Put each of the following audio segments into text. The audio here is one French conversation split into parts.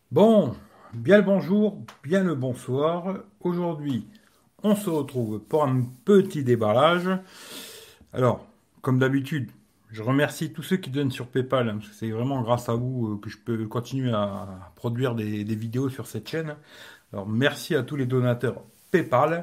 Bon, bien le bonjour, bien le bonsoir. Aujourd'hui, on se retrouve pour un petit déballage. Alors, comme d'habitude, je remercie tous ceux qui donnent sur PayPal, hein, parce que c'est vraiment grâce à vous que je peux continuer à produire des vidéos sur cette chaîne. Alors, merci à tous les donateurs PayPal.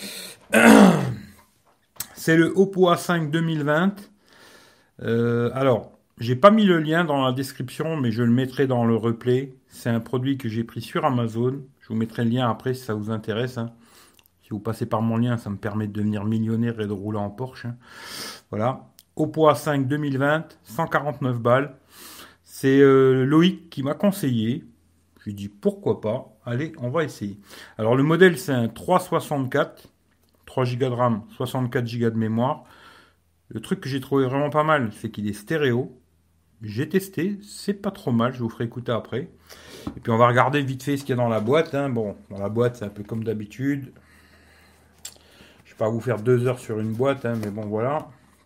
C'est le Oppo A5 2020. Alors, j'ai pas mis le lien dans la description, mais je le mettrai dans le replay. C'est un produit que j'ai pris sur Amazon. Je vous mettrai le lien après si ça vous intéresse, hein. Si vous passez par mon lien, ça me permet de devenir millionnaire et de rouler en Porsche, hein. Voilà. Oppo A5 2020, 149 balles. C'est Loïc qui m'a conseillé. Je lui ai dit pourquoi pas. Allez, on va essayer. Alors le modèle c'est un 364, 3 Go de RAM, 64 Go de mémoire. Le truc que j'ai trouvé vraiment pas mal, c'est qu'il est stéréo. J'ai testé, c'est pas trop mal, je vous ferai écouter après. Et puis on va regarder vite fait ce qu'il y a dans la boîte, hein. Bon, dans la boîte c'est un peu comme d'habitude. Je vais pas vous faire 2 heures sur une boîte, hein, mais bon voilà.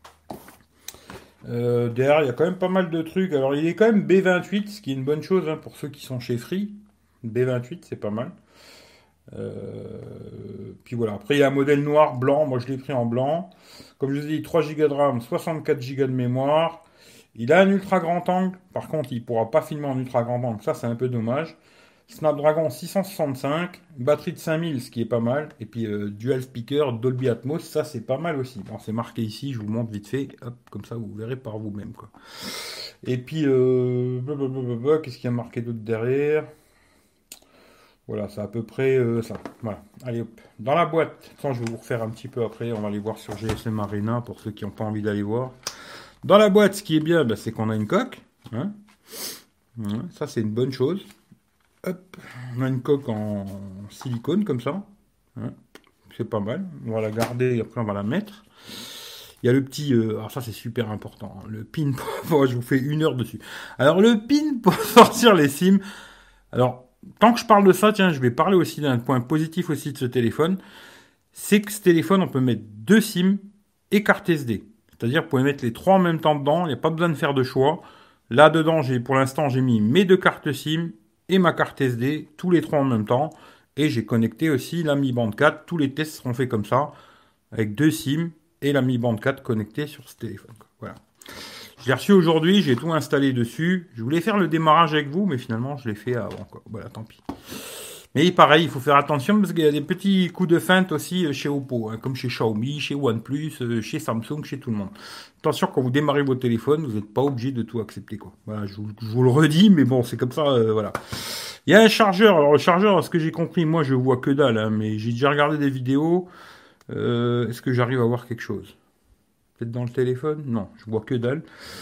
Derrière il y a quand même pas mal de trucs. Alors il est quand même B28, ce qui est une bonne chose, hein, pour ceux qui sont chez Free. B28 c'est pas mal. Puis voilà, après il y a un modèle noir, blanc, moi je l'ai pris en blanc. Comme je vous ai dit, 3 Go de RAM, 64 Go de mémoire. Il a un ultra grand angle, par contre il ne pourra pas filmer en ultra grand angle, ça c'est un peu dommage. Snapdragon 665, batterie de 5000, ce qui est pas mal, et puis dual speaker Dolby Atmos, ça c'est pas mal aussi. Bon, c'est marqué ici, je vous montre vite fait, hop, comme ça vous verrez par vous-même quoi. Et puis blablabla, qu'est-ce qu'il y a marqué d'autre derrière? Voilà, c'est à peu près ça. Voilà, allez hop. Dans la boîte, ça je vais vous refaire un petit peu après, on va aller voir sur GSM Arena pour ceux qui n'ont pas envie d'aller voir. Dans la boîte, ce qui est bien, bah, c'est qu'on a une coque, hein. Ouais, ça, c'est une bonne chose. Hop, on a une coque en silicone comme ça, hein. C'est pas mal. On va la garder et après on va la mettre. Il y a le petit, alors ça c'est super important, hein, le pin. Je vous fais 1 heure dessus. Alors le pin pour sortir les SIM. Alors tant que je parle de ça, tiens, je vais parler aussi d'un point positif aussi de ce téléphone. C'est que ce téléphone, on peut mettre 2 SIM et carte SD. C'est-à-dire, vous pouvez mettre les trois en même temps dedans. Il n'y a pas besoin de faire de choix. Là-dedans, pour l'instant, j'ai mis mes 2 cartes SIM et ma carte SD, tous les trois en même temps. Et j'ai connecté aussi la Mi Band 4. Tous les tests seront faits comme ça, avec 2 SIM et la Mi Band 4 connectée sur ce téléphone. Voilà. Je l'ai reçu aujourd'hui, j'ai tout installé dessus. Je voulais faire le démarrage avec vous, mais finalement, je l'ai fait avant, quoi. Voilà, tant pis. Mais pareil, il faut faire attention parce qu'il y a des petits coups de feinte aussi chez Oppo, hein, comme chez Xiaomi, chez OnePlus, chez Samsung, chez tout le monde. Attention, quand vous démarrez votre téléphone, vous n'êtes pas obligé de tout accepter, quoi. Voilà, je vous le redis, mais bon, c'est comme ça, voilà. Il y a un chargeur. Alors le chargeur, ce que j'ai compris, moi je vois que dalle, hein, mais j'ai déjà regardé des vidéos. Est-ce que j'arrive à voir quelque chose? Peut-être dans le téléphone? Non, je vois que dalle.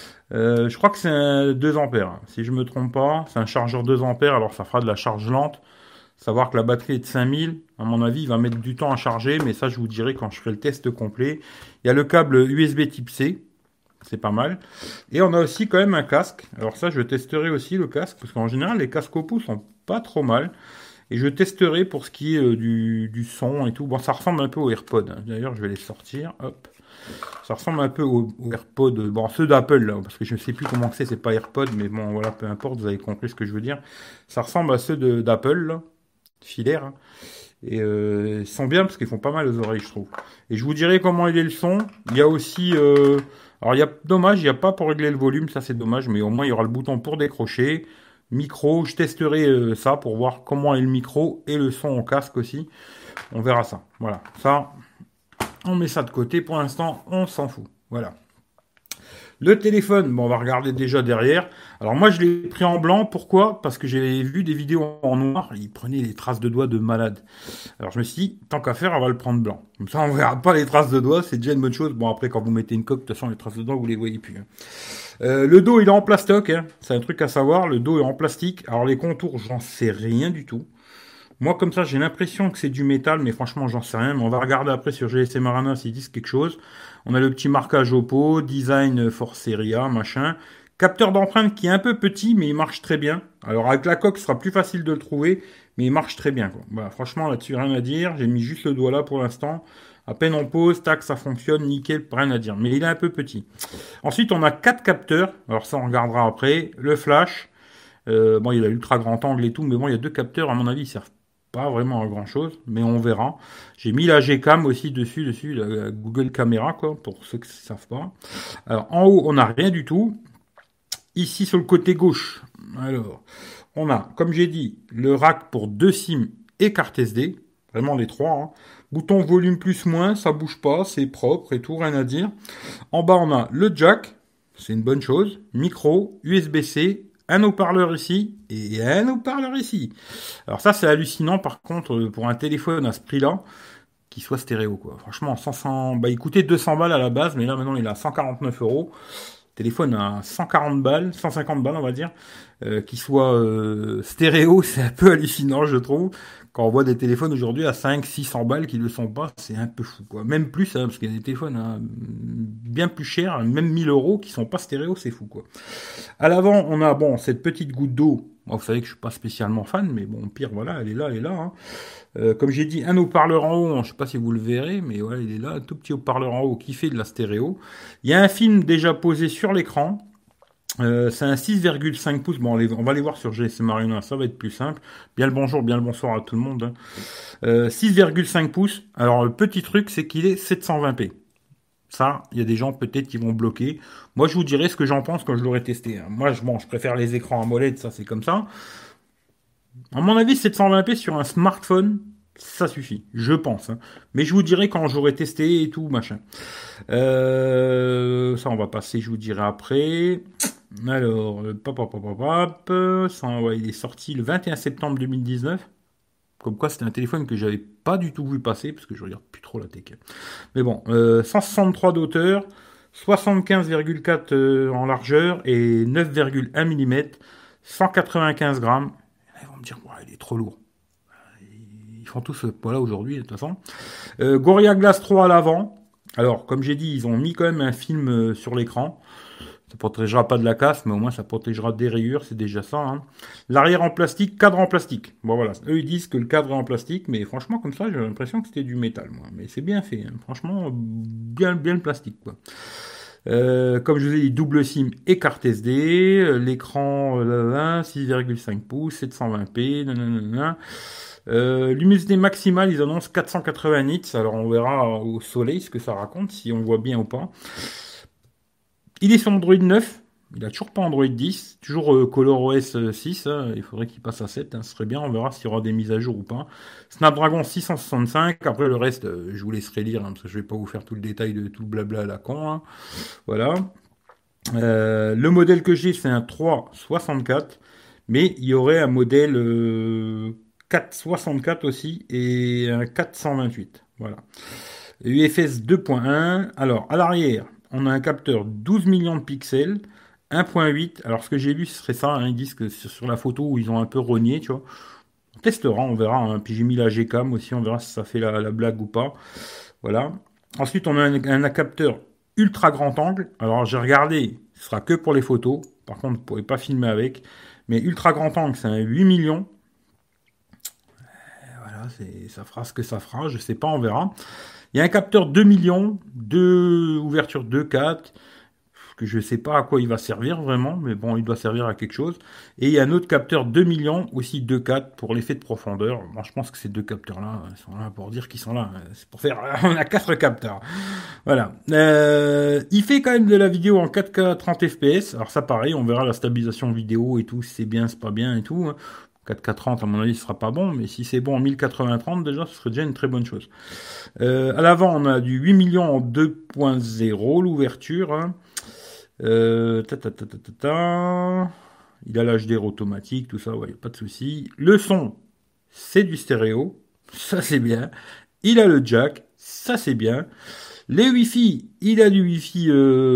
Je crois que c'est un 2 ampères, hein, si je me trompe pas. C'est un chargeur 2 ampères, alors ça fera de la charge lente. Savoir que la batterie est de 5000, à mon avis, il va mettre du temps à charger, mais ça, je vous dirai quand je ferai le test complet. Il y a le câble USB type C, c'est pas mal. Et on a aussi quand même un casque. Alors ça, je testerai aussi le casque, parce qu'en général, les casques Oppo sont pas trop mal. Et je testerai pour ce qui est du son et tout. Bon, ça ressemble un peu aux AirPods, hein. D'ailleurs, je vais les sortir. Hop. Ça ressemble un peu aux AirPods, bon, ceux d'Apple, là, parce que je ne sais plus comment c'est pas AirPods, mais bon, voilà, peu importe, vous avez compris ce que je veux dire. Ça ressemble à ceux d'Apple, là, filaires, hein. Et ils sont bien parce qu'ils font pas mal aux oreilles, je trouve. Et je vous dirai comment il est le son. Il y a aussi... alors, dommage, il n'y a pas pour régler le volume, ça c'est dommage, mais au moins il y aura le bouton pour décrocher. Micro, je testerai ça pour voir comment est le micro et le son au casque aussi. On verra ça. Voilà, ça, on met ça de côté. Pour l'instant, on s'en fout. Voilà. Le téléphone, bon, on va regarder déjà derrière. Alors moi, je l'ai pris en blanc. Pourquoi? Parce que j'ai vu des vidéos en noir. Il prenait les traces de doigts de malade. Alors je me suis dit, tant qu'à faire, on va le prendre blanc. Comme ça, on verra pas les traces de doigts. C'est déjà une bonne chose. Bon, après, quand vous mettez une coque, de toute façon, les traces de doigts, vous les voyez plus, hein. Le dos, il est en plastoc, hein. C'est un truc à savoir. Le dos est en plastique. Alors les contours, j'en sais rien du tout. Moi, comme ça, j'ai l'impression que c'est du métal, mais franchement, j'en sais rien. Mais on va regarder après sur GSM Arena s'ils disent quelque chose. On a le petit marquage Oppo, design for Seria, machin. Capteur d'empreinte qui est un peu petit, mais il marche très bien. Alors, avec la coque, ce sera plus facile de le trouver, mais il marche très bien, quoi. Voilà, franchement, là-dessus, rien à dire. J'ai mis juste le doigt là pour l'instant. À peine on pose, tac, ça fonctionne, nickel, rien à dire. Mais il est un peu petit. Ensuite, on a 4 capteurs. Alors ça, on regardera après. Le flash. Bon, il a l'ultra grand angle et tout, mais bon, il y a deux capteurs, à mon avis, ils servent pas vraiment à grand chose, mais on verra. J'ai mis la Gcam aussi dessus, la Google Caméra, quoi, pour ceux qui ne savent pas. Alors, en haut, on n'a rien du tout. Ici, sur le côté gauche, alors, on a, comme j'ai dit, le rack pour 2 SIM et carte SD. Vraiment les trois, hein. Bouton volume plus moins, ça bouge pas, c'est propre et tout, rien à dire. En bas, on a le jack, c'est une bonne chose. Micro, USB-C, un haut-parleur ici et un haut-parleur ici. Alors ça, c'est hallucinant par contre pour un téléphone à ce prix-là, qui soit stéréo, quoi. Franchement, 500, bah il coûtait 200 balles à la base, mais là maintenant il est à 149 euros. Téléphone à 140 balles, 150 balles on va dire, qui soit stéréo, c'est un peu hallucinant je trouve. Quand on voit des téléphones aujourd'hui à 5, 600 balles qui ne le sont pas, c'est un peu fou quoi. Même plus, hein, parce qu'il y a des téléphones hein, bien plus chers, même 1000 euros qui sont pas stéréo, c'est fou quoi. À l'avant, on a bon cette petite goutte d'eau. Bon, vous savez que je suis pas spécialement fan, mais bon, pire, voilà, elle est là. Hein. Comme j'ai dit, un haut-parleur en haut, je sais pas si vous le verrez, mais voilà, il est là, un tout petit haut-parleur en haut qui fait de la stéréo. Il y a un film déjà posé sur l'écran. C'est un 6,5 pouces. Bon, on va aller voir sur GSM Arena, ça va être plus simple. Bien le bonjour, bien le bonsoir à tout le monde. Hein. 6,5 pouces. Alors, le petit truc, c'est qu'il est 720p. Ça, il y a des gens peut-être qui vont bloquer. Moi, je vous dirai ce que j'en pense quand je l'aurai testé. Hein. Moi, je préfère les écrans AMOLED, ça c'est comme ça. À mon avis, 720p sur un smartphone, ça suffit, je pense. Hein. Mais je vous dirai quand j'aurai testé et tout, machin. Ça, on va passer, je vous dirai après. Alors, ça, ouais, il est sorti le 21 septembre 2019. Comme quoi, c'était un téléphone que j'avais pas du tout vu passer, parce que je regarde plus trop la tech. Mais bon, 163 d'auteur, 75,4 en largeur et 9,1 mm, 195 grammes. Ils vont me dire, ouais, il est trop lourd. Ils font tous ce poids-là aujourd'hui, de toute façon. Gorilla Glass 3 à l'avant. Alors, comme j'ai dit, ils ont mis quand même un film sur l'écran. Ça protégera pas de la casse, mais au moins ça protégera des rayures, c'est déjà ça. Hein. L'arrière en plastique, cadre en plastique. Bon voilà, eux ils disent que le cadre est en plastique, mais franchement comme ça j'ai l'impression que c'était du métal, moi. Mais c'est bien fait, hein. Franchement bien le plastique quoi. Comme je vous ai dit, double SIM et carte SD, l'écran 6,5 pouces, 720p, nanana. Luminosité maximale, ils annoncent 480 nits. Alors on verra au soleil ce que ça raconte, si on voit bien ou pas. Il est sur Android 9, il a toujours pas Android 10, toujours ColorOS 6, hein, il faudrait qu'il passe à 7, hein, ce serait bien, on verra s'il y aura des mises à jour ou pas. Snapdragon 665, après le reste, je vous laisserai lire, hein, parce que je vais pas vous faire tout le détail de tout le blabla à la con, hein. Voilà. Le modèle que j'ai, c'est un 364, mais il y aurait un modèle 464 aussi, et un 428, voilà. UFS 2.1, alors à l'arrière, on a un capteur 12 millions de pixels, 1.8. Alors ce que j'ai lu, ce serait ça. Hein, ils disent que sur la photo où ils ont un peu rogné, tu vois. On testera, on verra. Hein. Puis j'ai mis la Gcam aussi, on verra si ça fait la blague ou pas. Voilà. Ensuite, on a un capteur ultra grand angle. Alors j'ai regardé, ce sera que pour les photos. Par contre, vous ne pourrez pas filmer avec. Mais ultra grand angle, c'est un 8 millions. Voilà, ça fera ce que ça fera. Je sais pas, on verra. Il y a un capteur 2 millions, ouverture 2.4, que je ne sais pas à quoi il va servir vraiment, mais bon, il doit servir à quelque chose. Et il y a un autre capteur 2 millions, aussi 2.4 pour l'effet de profondeur. Bon, je pense que ces deux capteurs-là, ils sont là pour dire qu'ils sont là. C'est pour faire, on a 4 capteurs. Voilà. Il fait quand même de la vidéo en 4K 30 fps. Alors ça pareil, on verra la stabilisation vidéo et tout, si c'est bien, c'est pas bien et tout. Hein. 4K 30 à mon avis ce sera pas bon, mais si c'est bon en 1080-30 déjà ce serait déjà une très bonne chose. À l'avant on a du 8 millions en 2.0 l'ouverture. Hein. Il a l'HDR automatique, tout ça, ouais, pas de souci. Le son, c'est du stéréo, ça c'est bien. Il a le jack, ça c'est bien. Les Wi-Fi, il a du Wi-Fi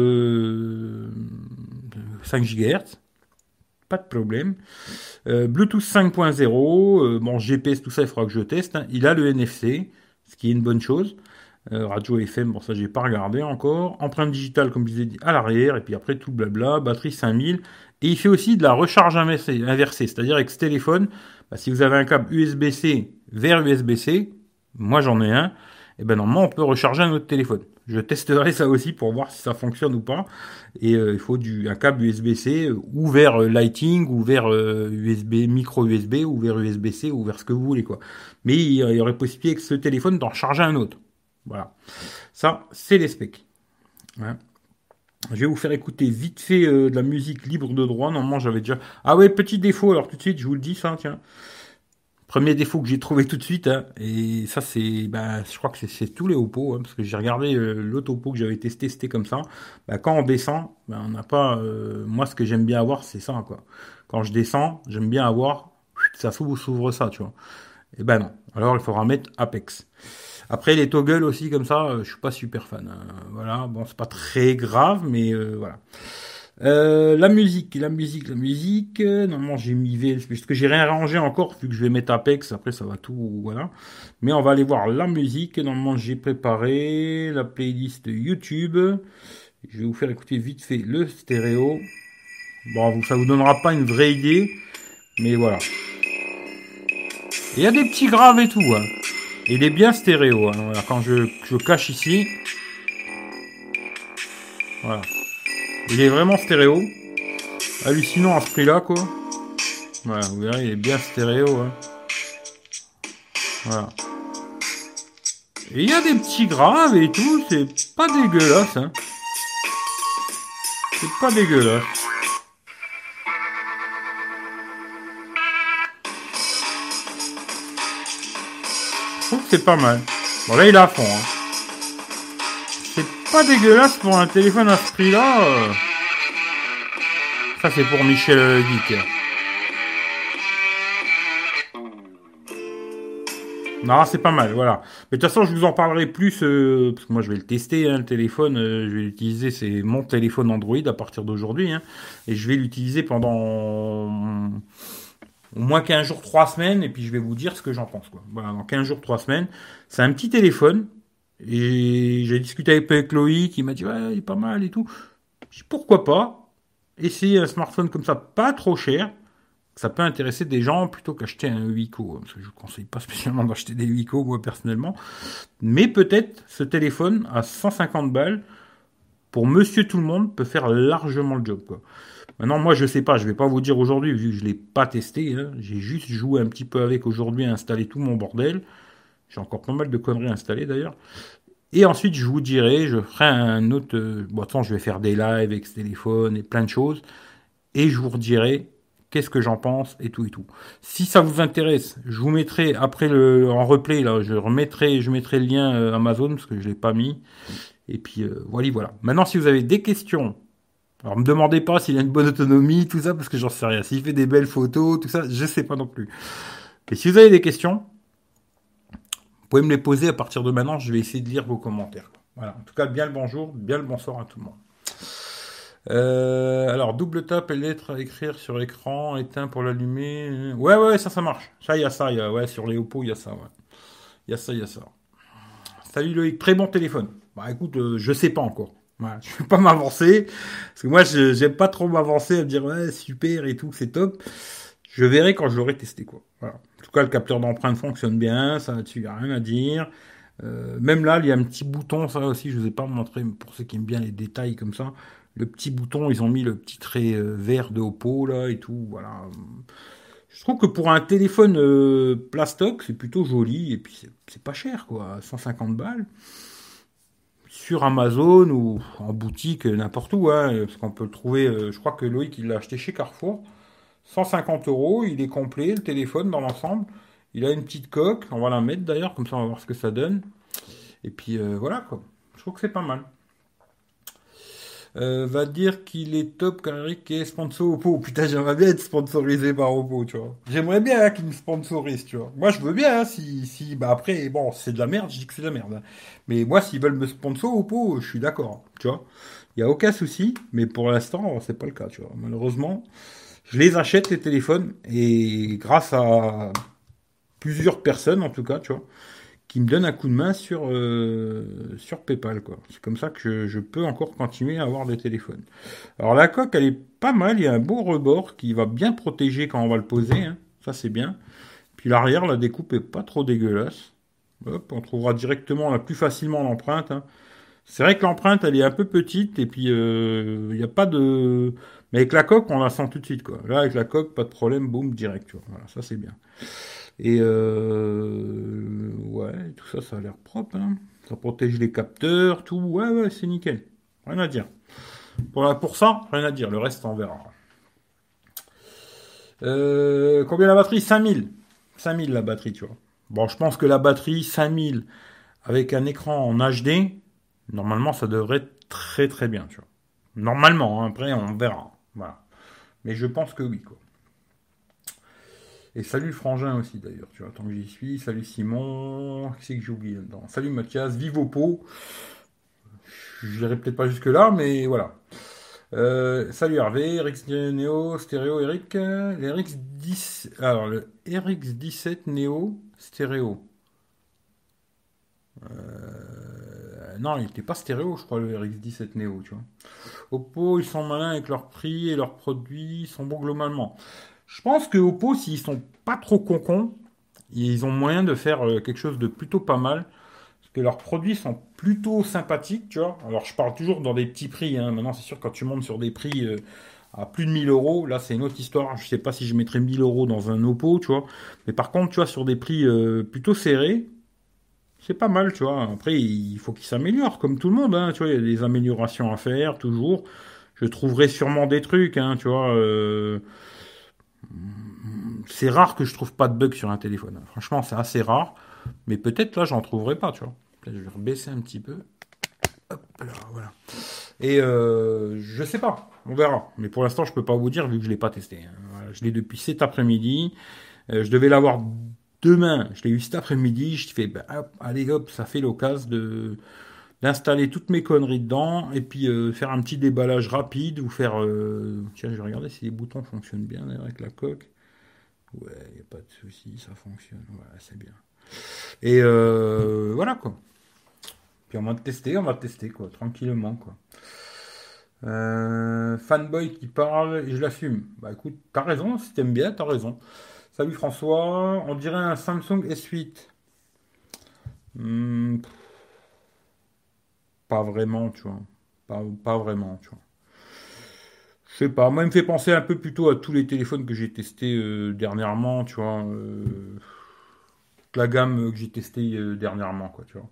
5 GHz. Pas de problème. Bluetooth 5.0, bon GPS, tout ça, il faudra que je teste. Hein. Il a le NFC, ce qui est une bonne chose. Radio FM, bon ça j'ai pas regardé encore. Empreinte digitale, comme je vous ai dit, à l'arrière. Et puis après tout blabla. Batterie 5000. Et il fait aussi de la recharge inversée. C'est-à-dire avec ce téléphone, bah, si vous avez un câble USB-C vers USB-C, moi j'en ai un. et ben normalement on peut recharger un autre téléphone. Je testerai ça aussi pour voir si ça fonctionne ou pas. Et il faut un câble USB-C ou vers Lighting ou vers USB micro USB ou vers USB-C ou vers ce que vous voulez quoi. Mais il y aurait possibilité avec ce téléphone d'en recharger un autre. Voilà. Ça, c'est les specs. Ouais. Je vais vous faire écouter vite fait de la musique libre de droit. Normalement, j'avais déjà... Ah ouais, petit défaut, alors tout de suite, je vous le dis, ça, tiens. Premier défaut que j'ai trouvé tout de suite, hein, et ça, c'est... Bah, je crois que c'est tous les Oppo, hein, parce que j'ai regardé l'autre Oppo que j'avais testé, c'était comme ça. Bah, quand on descend, bah, on n'a pas... moi, ce que j'aime bien avoir, c'est ça, quoi. Quand je descends, j'aime bien avoir... Ça s'ouvre ça, tu vois. Et ben non. Alors, il faudra mettre Apex. Après, les toggles aussi, comme ça, je suis pas super fan. Voilà, bon, c'est pas très grave, mais voilà. La musique. Normalement, j'ai mis V, parce que j'ai rien arrangé encore, vu que je vais mettre Apex. Après, ça va tout, voilà. Mais on va aller voir la musique. Normalement, j'ai préparé la playlist YouTube. Je vais vous faire écouter vite fait le stéréo. Bon, ça vous donnera pas une vraie idée, mais voilà. Il y a des petits graves et tout, hein. Et il est bien stéréo. Hein. Voilà, quand je cache ici, voilà. Il est vraiment stéréo. Hallucinant à ce prix-là, quoi. Voilà, vous verrez, il est bien stéréo. Hein. Voilà. Et il y a des petits graves et tout, c'est pas dégueulasse. Hein. C'est pas dégueulasse. Je trouve que c'est pas mal. Bon, là, il est à fond. Hein. C'est pas dégueulasse pour un téléphone à ce prix-là. Ça, c'est pour Michel Geek. Non, c'est pas mal, voilà. Mais de toute façon, je vous en parlerai plus, parce que moi, je vais le tester, hein, le téléphone. Je vais l'utiliser, c'est mon téléphone Android à partir d'aujourd'hui. Hein, et je vais l'utiliser pendant au moins 15 jours, 3 semaines, et puis je vais vous dire ce que j'en pense. Quoi. Voilà, dans 15 jours, 3 semaines. C'est un petit téléphone, et j'ai discuté avec Loïc, il m'a dit, ouais, il est pas mal et tout. Je dis, pourquoi pas essayer un smartphone comme ça, pas trop cher. Ça peut intéresser des gens plutôt qu'acheter un Wiko, parce que je ne conseille pas spécialement d'acheter des Wiko, moi, personnellement. Mais peut-être, ce téléphone, à 150 balles, pour monsieur tout le monde, peut faire largement le job, quoi. Maintenant, moi, je sais pas, je vais pas vous dire aujourd'hui, vu que je l'ai pas testé, hein. J'ai juste joué un petit peu avec aujourd'hui, installé tout mon bordel. J'ai encore pas mal de conneries installées, d'ailleurs. Et ensuite, je vous dirai, je ferai un autre... bon, attends, je vais faire des lives avec ce téléphone et plein de choses. Et je vous redirai qu'est-ce que j'en pense et tout et tout. Si ça vous intéresse, je vous mettrai après en replay là, je mettrai le lien Amazon parce que je l'ai pas mis. Et puis voilà. Maintenant, si vous avez des questions, alors me demandez pas s'il a une bonne autonomie, tout ça parce que j'en sais rien. S'il fait des belles photos, tout ça, je sais pas non plus. Mais si vous avez des questions, vous pouvez me les poser à partir de maintenant. Je vais essayer de lire vos commentaires. Voilà. En tout cas, bien le bonjour, bien le bonsoir à tout le monde. Alors, double tape et lettre à écrire sur écran, éteint pour l'allumer. Ouais, ça marche. Ça, il y a ça. Ouais, sur les Oppo, il y a ça, ouais. Il y a ça. Salut Loïc, très bon téléphone. Bah écoute, je sais pas encore. Voilà, je vais pas m'avancer. Parce que moi, j'aime pas trop m'avancer à me dire, ouais, super et tout, c'est top. Je verrai quand je l'aurai testé, quoi. Voilà. En tout cas, le capteur d'empreinte fonctionne bien, ça là-dessus, il n'y a rien à dire. Même là, il y a un petit bouton, ça aussi, je vous ai pas montré, mais pour ceux qui aiment bien les détails comme ça. Le petit bouton, ils ont mis le petit trait vert de Oppo, là, et tout, voilà. Je trouve que pour un téléphone plastoc, c'est plutôt joli, et puis c'est pas cher, quoi, 150 balles. Sur Amazon ou en boutique, n'importe où, hein, parce qu'on peut le trouver, je crois que Loïc, il l'a acheté chez Carrefour. 150 euros, il est complet, le téléphone dans l'ensemble. Il a une petite coque, on va la mettre d'ailleurs, comme ça on va voir ce que ça donne. Et puis voilà, quoi. Je trouve que c'est pas mal. Va dire qu'il est top quand Eric est sponsor Oppo. Putain, j'aimerais bien être sponsorisé par Oppo, tu vois. J'aimerais bien hein, qu'il me sponsorise, tu vois. Moi, je veux bien, hein, si, bah après, bon, c'est de la merde, je dis que c'est de la merde. Hein. Mais moi, s'ils veulent me sponsor Oppo, je suis d'accord, tu vois. Il y a aucun souci, mais pour l'instant, c'est pas le cas, tu vois. Malheureusement, je les achète les téléphones et grâce à plusieurs personnes, en tout cas, tu vois, qui me donne un coup de main sur PayPal, quoi. C'est comme ça que je peux encore continuer à avoir des téléphones. Alors la coque, elle est pas mal, il y a un beau rebord qui va bien protéger quand on va le poser, hein. Ça c'est bien. Puis l'arrière, la découpe est pas trop dégueulasse. Hop, on trouvera directement là, plus facilement l'empreinte, hein. C'est vrai que l'empreinte, elle est un peu petite, et puis il n'y a pas de... Mais avec la coque, on la sent tout de suite, quoi. Là, avec la coque, pas de problème, boum, direct, tu vois. Voilà, ça c'est bien. Et ouais, tout ça, ça a l'air propre, hein. Ça protège les capteurs, tout. Ouais, ouais, c'est nickel. Rien à dire. Pour ça, rien à dire. Le reste, on verra. Combien la batterie? 5000. 5000 la batterie, tu vois. Bon, je pense que la batterie, 5000, avec un écran en HD, normalement, ça devrait être très très bien, tu vois. Normalement, hein, après, on verra. Voilà. Mais je pense que oui, quoi. Et salut le frangin aussi, d'ailleurs, tu vois, tant que j'y suis. Salut Simon. Qui c'est que j'ai oublié là-dedans? Salut Mathias. Vive Oppo. Je n'irai peut-être pas jusque-là, mais voilà. Salut Hervé, RX Neo, stéréo, Eric. Le RX10, alors le RX17 Neo, stéréo. Non, il n'était pas stéréo, je crois, le RX17 Neo, tu vois. Oppo, ils sont malins avec leurs prix et leurs produits, ils sont bons globalement. Je pense que Oppo, s'ils sont pas trop concons, ils ont moyen de faire quelque chose de plutôt pas mal. Parce que leurs produits sont plutôt sympathiques, tu vois. Alors, je parle toujours dans des petits prix, hein. Maintenant, c'est sûr, quand tu montes sur des prix à plus de 1000 euros, là, c'est une autre histoire. Je sais pas si je mettrais 1000 euros dans un Oppo, tu vois. Mais par contre, tu vois, sur des prix plutôt serrés, c'est pas mal, tu vois. Après, il faut qu'ils s'améliorent, comme tout le monde, hein. Tu vois, il y a des améliorations à faire, toujours. Je trouverai sûrement des trucs, hein, tu vois. C'est rare que je trouve pas de bugs sur un téléphone. Franchement, c'est assez rare. Mais peut-être là, j'en trouverai pas, tu vois. Là, je vais rebaisser un petit peu. Hop là, voilà. Et je sais pas, on verra. Mais pour l'instant, je peux pas vous dire vu que je l'ai pas testé, hein. Voilà, je l'ai depuis cet après-midi. Je devais l'avoir demain. Je l'ai eu cet après-midi. Je fais, bah, hop, allez hop, ça fait l'occasion de d'installer toutes mes conneries dedans et puis faire un petit déballage rapide ou faire. Tiens, je vais regarder si les boutons fonctionnent bien d'ailleurs, avec la coque. Ouais, y a pas de souci, ça fonctionne. Voilà, c'est bien. Et voilà quoi. Puis on va tester quoi, tranquillement quoi. Fanboy qui parle et je l'assume. Bah écoute, t'as raison, si t'aimes bien, t'as raison. Salut François, on dirait un Samsung S8. Hmm, pas vraiment, tu vois. Pas vraiment, tu vois. Je sais pas, moi il me fait penser un peu plutôt à tous les téléphones que j'ai testés dernièrement, tu vois. La gamme que j'ai testée dernièrement, quoi, tu vois.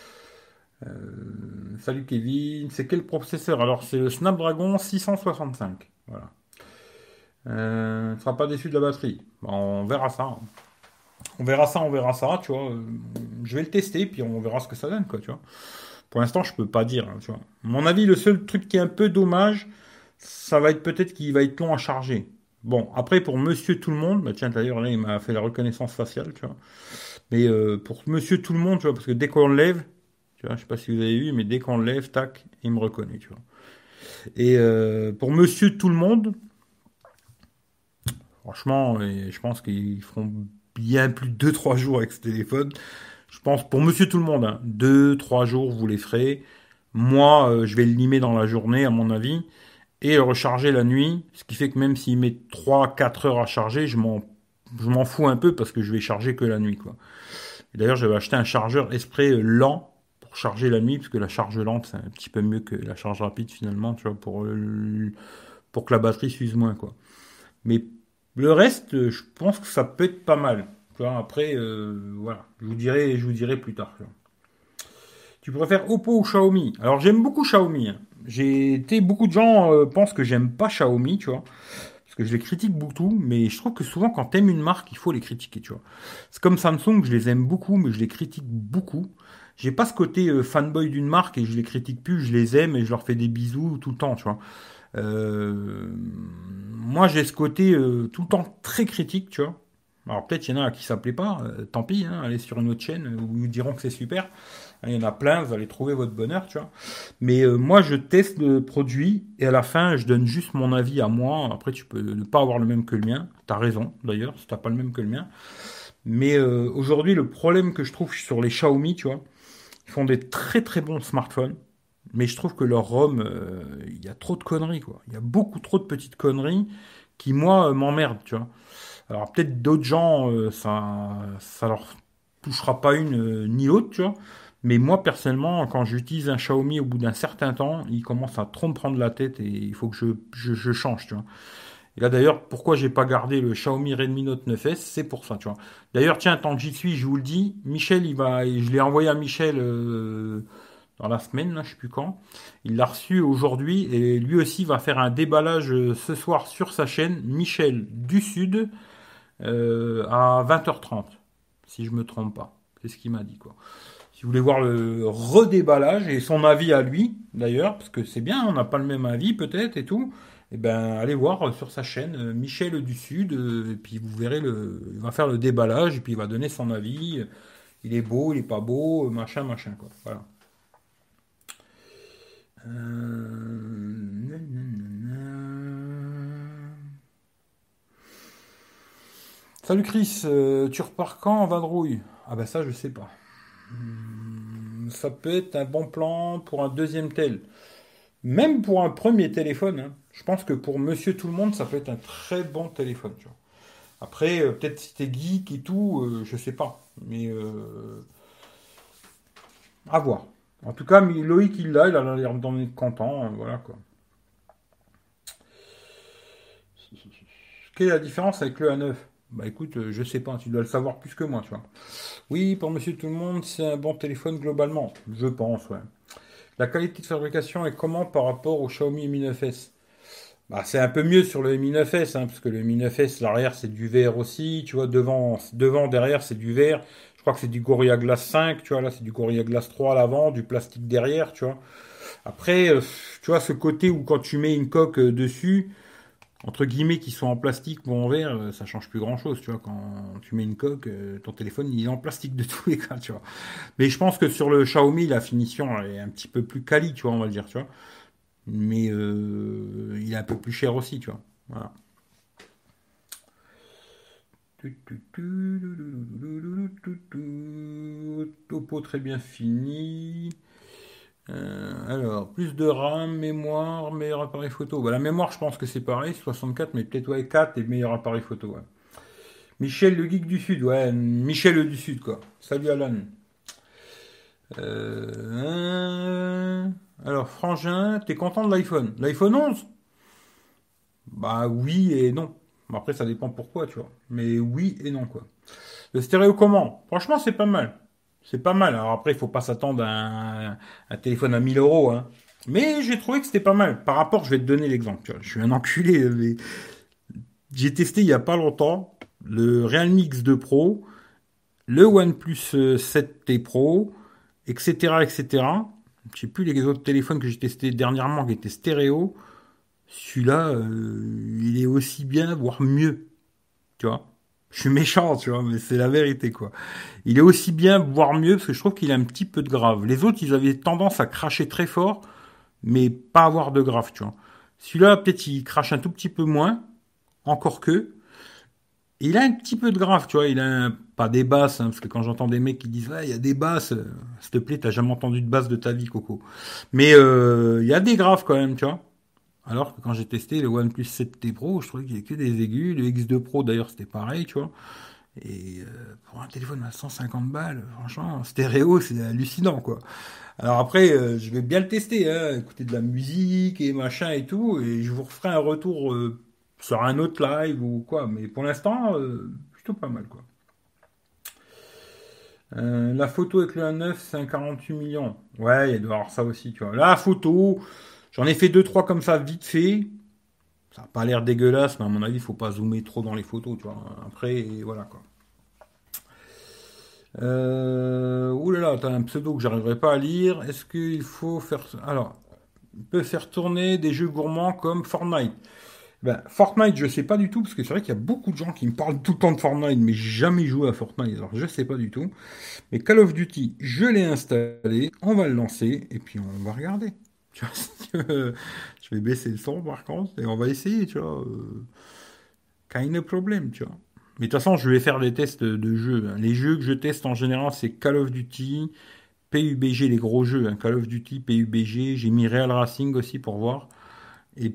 Salut Kevin, c'est quel processeur? Alors c'est le Snapdragon 665. Voilà. Ne sera pas déçu de la batterie. Bon, on verra ça, hein. On verra ça, tu vois. Je vais le tester, puis on verra ce que ça donne, quoi, tu vois. Pour l'instant, je peux pas dire, hein, tu vois. À mon avis, le seul truc qui est un peu dommage, ça va être peut-être qu'il va être long à charger. Bon, après, pour monsieur tout le monde, bah tiens, d'ailleurs, là, il m'a fait la reconnaissance faciale, tu vois. Mais pour monsieur tout le monde, tu vois, parce que dès qu'on le lève, tu vois, je sais pas si vous avez vu, mais dès qu'on le lève, tac, il me reconnaît, tu vois. Et pour monsieur tout le monde, franchement, et je pense qu'ils feront bien plus de 2 3 jours avec ce téléphone. Je pense pour monsieur tout le monde, hein, 2 3 jours, vous les ferez. Moi, je vais le limer dans la journée, à mon avis, et le recharger la nuit. Ce qui fait que même s'il met 3 4 heures à charger, je m'en fous un peu parce que je vais charger que la nuit, quoi. Et d'ailleurs, j'avais acheté un chargeur exprès lent pour charger la nuit, parce que la charge lente, c'est un petit peu mieux que la charge rapide finalement, tu vois, pour que la batterie s'use moins, quoi. Mais le reste, je pense que ça peut être pas mal. Tu vois, après, voilà, je vous dirai plus tard, tu vois. Tu préfères Oppo ou Xiaomi? Alors j'aime beaucoup Xiaomi, hein. J'ai été, beaucoup de gens pensent que j'aime pas Xiaomi, tu vois, parce que je les critique beaucoup, mais je trouve que souvent quand t'aimes une marque, il faut les critiquer, tu vois. C'est comme Samsung, je les aime beaucoup, mais je les critique beaucoup. J'ai pas ce côté fanboy d'une marque et je les critique plus, je les aime et je leur fais des bisous tout le temps, tu vois. Moi, j'ai ce côté tout le temps très critique, tu vois. Alors peut-être il y en a qui s'appelaient pas, tant pis, hein, allez sur une autre chaîne où ils vous diront que c'est super. Il y en a plein, vous allez trouver votre bonheur, tu vois. Mais moi, je teste le produit et à la fin, je donne juste mon avis à moi. Après, tu peux ne pas avoir le même que le mien. T'as raison, d'ailleurs, si t'as pas le même que le mien. Mais aujourd'hui, le problème que je trouve sur les Xiaomi, tu vois, ils font des très très bons smartphones. Mais je trouve que leur ROM, il y a trop de conneries, quoi. Il y a beaucoup trop de petites conneries qui, moi, m'emmerdent, tu vois. Alors peut-être d'autres gens, ça leur touchera pas une ni l'autre, tu vois. Mais moi, personnellement, quand j'utilise un Xiaomi, au bout d'un certain temps, il commence à trop me prendre la tête et il faut que je change, tu vois. Et là, d'ailleurs, pourquoi j'ai pas gardé le Xiaomi Redmi Note 9S, c'est pour ça, tu vois. D'ailleurs, tiens, tant que j'y suis, je vous le dis, Michel, je l'ai envoyé à Michel dans la semaine, là, je sais plus quand. Il l'a reçu aujourd'hui et lui aussi va faire un déballage ce soir sur sa chaîne, Michel du Sud, à 20h30, si je me trompe pas. C'est ce qu'il m'a dit, quoi. Si vous voulez voir le redéballage et son avis à lui, d'ailleurs, parce que c'est bien, on n'a pas le même avis peut-être et tout, eh ben allez voir sur sa chaîne Michel du Sud, et puis vous verrez il va faire le déballage et puis il va donner son avis. Il est beau, il est pas beau, machin, machin, quoi. Voilà. Salut Chris, tu repars quand en vadrouille? Ah ben ça je sais pas. Ça peut être un bon plan pour un deuxième tel. Même pour un premier téléphone, hein. Je pense que pour Monsieur Tout le Monde, ça peut être un très bon téléphone, tu vois. Après, peut-être si t'es geek et tout, je sais pas. Mais à voir. En tout cas, Loïc, il a l'air d'en être content, voilà quoi. Quelle est la différence avec le A9? Bah écoute, je sais pas, tu dois le savoir plus que moi, tu vois. Oui, pour Monsieur Tout le Monde, c'est un bon téléphone globalement, je pense, ouais. La qualité de fabrication est comment par rapport au Xiaomi Mi 9S? Bah, c'est un peu mieux sur le Mi 9S, hein, parce que le Mi 9S, l'arrière c'est du verre aussi, tu vois, derrière c'est du verre. Je crois que c'est du Gorilla Glass 5, tu vois, là c'est du Gorilla Glass 3 à l'avant, du plastique derrière, tu vois. Après, tu vois, ce côté où quand tu mets une coque dessus, entre guillemets, qui sont en plastique ou en verre, ça change plus grand-chose, tu vois. Quand tu mets une coque, ton téléphone il est en plastique de tous les cas, tu vois. Mais je pense que sur le Xiaomi, la finition elle est un petit peu plus quali, tu vois, on va dire, tu vois. Mais il est un peu plus cher aussi, tu vois. Voilà. Topo très bien fini. Alors, plus de RAM, mémoire, meilleur appareil photo. Bah, la mémoire, je pense que c'est pareil, 64, mais peut-être ouais, 4 et meilleur appareil photo. Ouais. Michel le geek du Sud, ouais, Michel le du Sud, quoi. Salut Alan. Alors, Frangin, t'es content de l'iPhone? L'iPhone 11? Bah oui et non. Bon, après, ça dépend pourquoi, tu vois. Mais oui et non, quoi. Le stéréo comment? Franchement, c'est pas mal. C'est pas mal. Alors après, il faut pas s'attendre à un téléphone à 1000 euros, hein. Mais j'ai trouvé que c'était pas mal. Par rapport, je vais te donner l'exemple. Tu vois, je suis un enculé, mais j'ai testé il y a pas longtemps le Realme X2 Pro, le OnePlus 7T Pro, etc., etc. Je sais plus les autres téléphones que j'ai testés dernièrement qui étaient stéréo. Celui-là, il est aussi bien, voire mieux. Tu vois. Je suis méchant, tu vois, mais c'est la vérité, quoi. Il est aussi bien, voire mieux, parce que je trouve qu'il a un petit peu de grave. Les autres, ils avaient tendance à cracher très fort, mais pas avoir de grave, tu vois. Celui-là, peut-être, il crache un tout petit peu moins, encore que. Et il a un petit peu de grave, tu vois. Pas des basses, hein, parce que quand j'entends des mecs qui disent, ouais, il y a des basses, s'il te plaît, t'as jamais entendu de basse de ta vie, Coco. Mais il y a des graves quand même, tu vois. Alors que quand j'ai testé le OnePlus 7T Pro, je trouvais qu'il n'y avait que des aigus. Le X2 Pro, d'ailleurs, c'était pareil, tu vois. Et pour un téléphone à 150 balles, franchement, en stéréo, c'est hallucinant, quoi. Alors après, je vais bien le tester, hein, écouter de la musique et machin et tout, et je vous referai un retour sur un autre live ou quoi. Mais pour l'instant, plutôt pas mal, quoi. La photo avec le A9, c'est un 48 millions. Ouais, il doit y avoir ça aussi, tu vois. La photo, j'en ai fait deux, trois comme ça, vite fait. Ça n'a pas l'air dégueulasse, mais à mon avis, il faut pas zoomer trop dans les photos, tu vois. Après, voilà, quoi. Ouh là là, t'as un pseudo que j'arriverai pas à lire. Est-ce qu'il faut faire... Alors, on peut faire tourner des jeux gourmands comme Fortnite. Ben, Fortnite, je sais pas du tout, parce que c'est vrai qu'il y a beaucoup de gens qui me parlent tout le temps de Fortnite, mais j'ai jamais joué à Fortnite, alors je sais pas du tout. Mais Call of Duty, je l'ai installé, on va le lancer, et puis on va regarder. Tu vois, je vais baisser le son par contre, et on va essayer, tu vois. Kind of problem, tu vois. Mais de toute façon, je vais faire des tests de jeux, hein. Les jeux que je teste en général, c'est Call of Duty, PUBG, les gros jeux, hein. Call of Duty, PUBG. J'ai mis Real Racing aussi pour voir. Et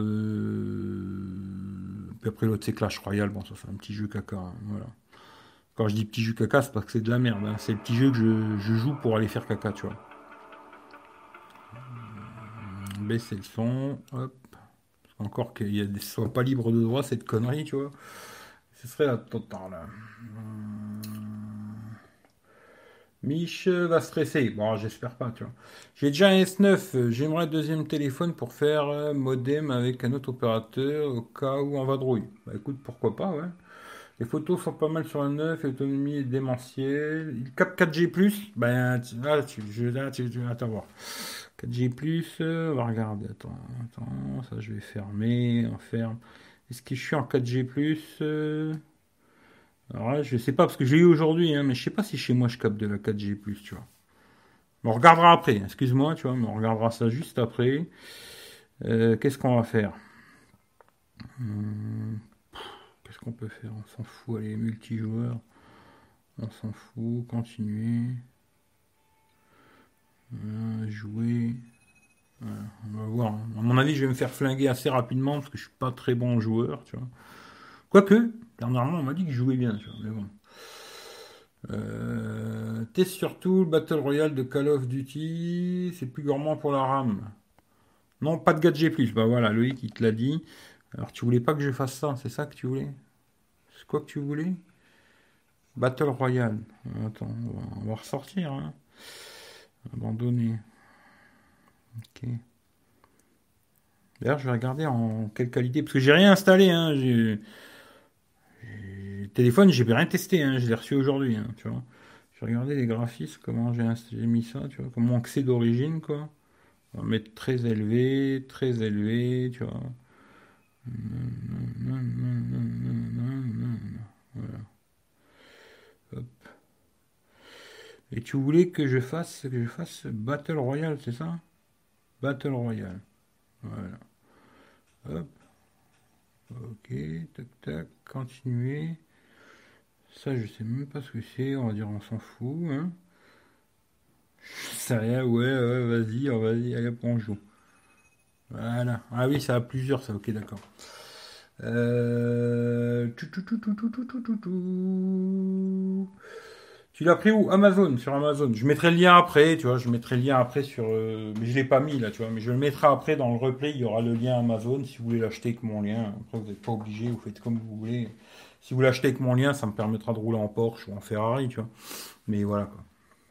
puis après l'autre, c'est Clash Royale. Bon, ça c'est un petit jeu caca, hein, voilà. Quand je dis petit jeu caca, c'est parce que c'est de la merde, hein. C'est le petit jeu que je joue pour aller faire caca, tu vois. Baisser le son, hop. Encore qu'il y a des... soit pas libre de droit, cette connerie, tu vois. Ce serait la totale. Mich va stresser. Bon, j'espère pas, tu vois. J'ai déjà un S9. J'aimerais un deuxième téléphone pour faire modem avec un autre opérateur au cas où on vadrouille. Bah écoute, pourquoi pas, ouais. Les photos sont pas mal sur le 9, l'autonomie est démentielle. Il capte 4G+. Ben, attends voir. 4G+, on va regarder. Attends, ça je vais fermer, on ferme. Est-ce que je suis en 4G+? Alors là, je sais pas, parce que j'ai eu aujourd'hui, hein, mais je sais pas si chez moi je capte de la 4G+, tu vois. On regardera après, excuse-moi, tu vois, mais on regardera ça juste après. Qu'est-ce qu'on va faire? Hum, Qu'est-ce qu'on peut faire? On s'en fout, allez, multijoueur. On s'en fout, continuer. Jouer. Voilà, on va voir, hein. À mon avis, je vais me faire flinguer assez rapidement parce que je suis pas très bon joueur, tu vois. Quoique, dernièrement, on m'a dit que je jouais bien, tu vois, mais bon. Test surtout le Battle Royale de Call of Duty, c'est plus gourmand pour la RAM. Non, pas de 4G+. Bah voilà, Loïc, il te l'a dit. Alors, tu voulais pas que je fasse ça, c'est ça que tu voulais? C'est quoi que tu voulais? Battle Royale. Attends, on va ressortir, hein. Abandonner. Ok. D'ailleurs, je vais regarder en quelle qualité, parce que j'ai rien installé, hein. Le téléphone, j'ai rien testé, hein. Je l'ai reçu aujourd'hui, hein, tu vois. Je vais regarder les graphismes, comment j'ai mis ça, tu vois, comment c'est d'origine, quoi. On va mettre très élevé, tu vois. Voilà. Hop. Et tu voulais que je fasse Battle Royale, c'est ça? Battle Royale. Voilà. Hop. Ok. Tac, tac. Continuer. Ça, je sais même pas ce que c'est. On va dire, on s'en fout, hein. Je sais rien. Ouais, ouais, vas-y. Allez, hop, on joue. Voilà. Ah oui, ça a plusieurs, ça. Ok, d'accord. Tu l'as pris où? Amazon, sur Amazon. Je mettrai le lien après, tu vois. Je mettrai le lien après sur. Mais je l'ai pas mis là, tu vois. Mais je le mettrai après dans le replay. Il y aura le lien Amazon si vous voulez l'acheter avec mon lien. Après, vous n'êtes pas obligé. Vous faites comme vous voulez. Si vous l'achetez avec mon lien, ça me permettra de rouler en Porsche ou en Ferrari, tu vois. Mais voilà quoi.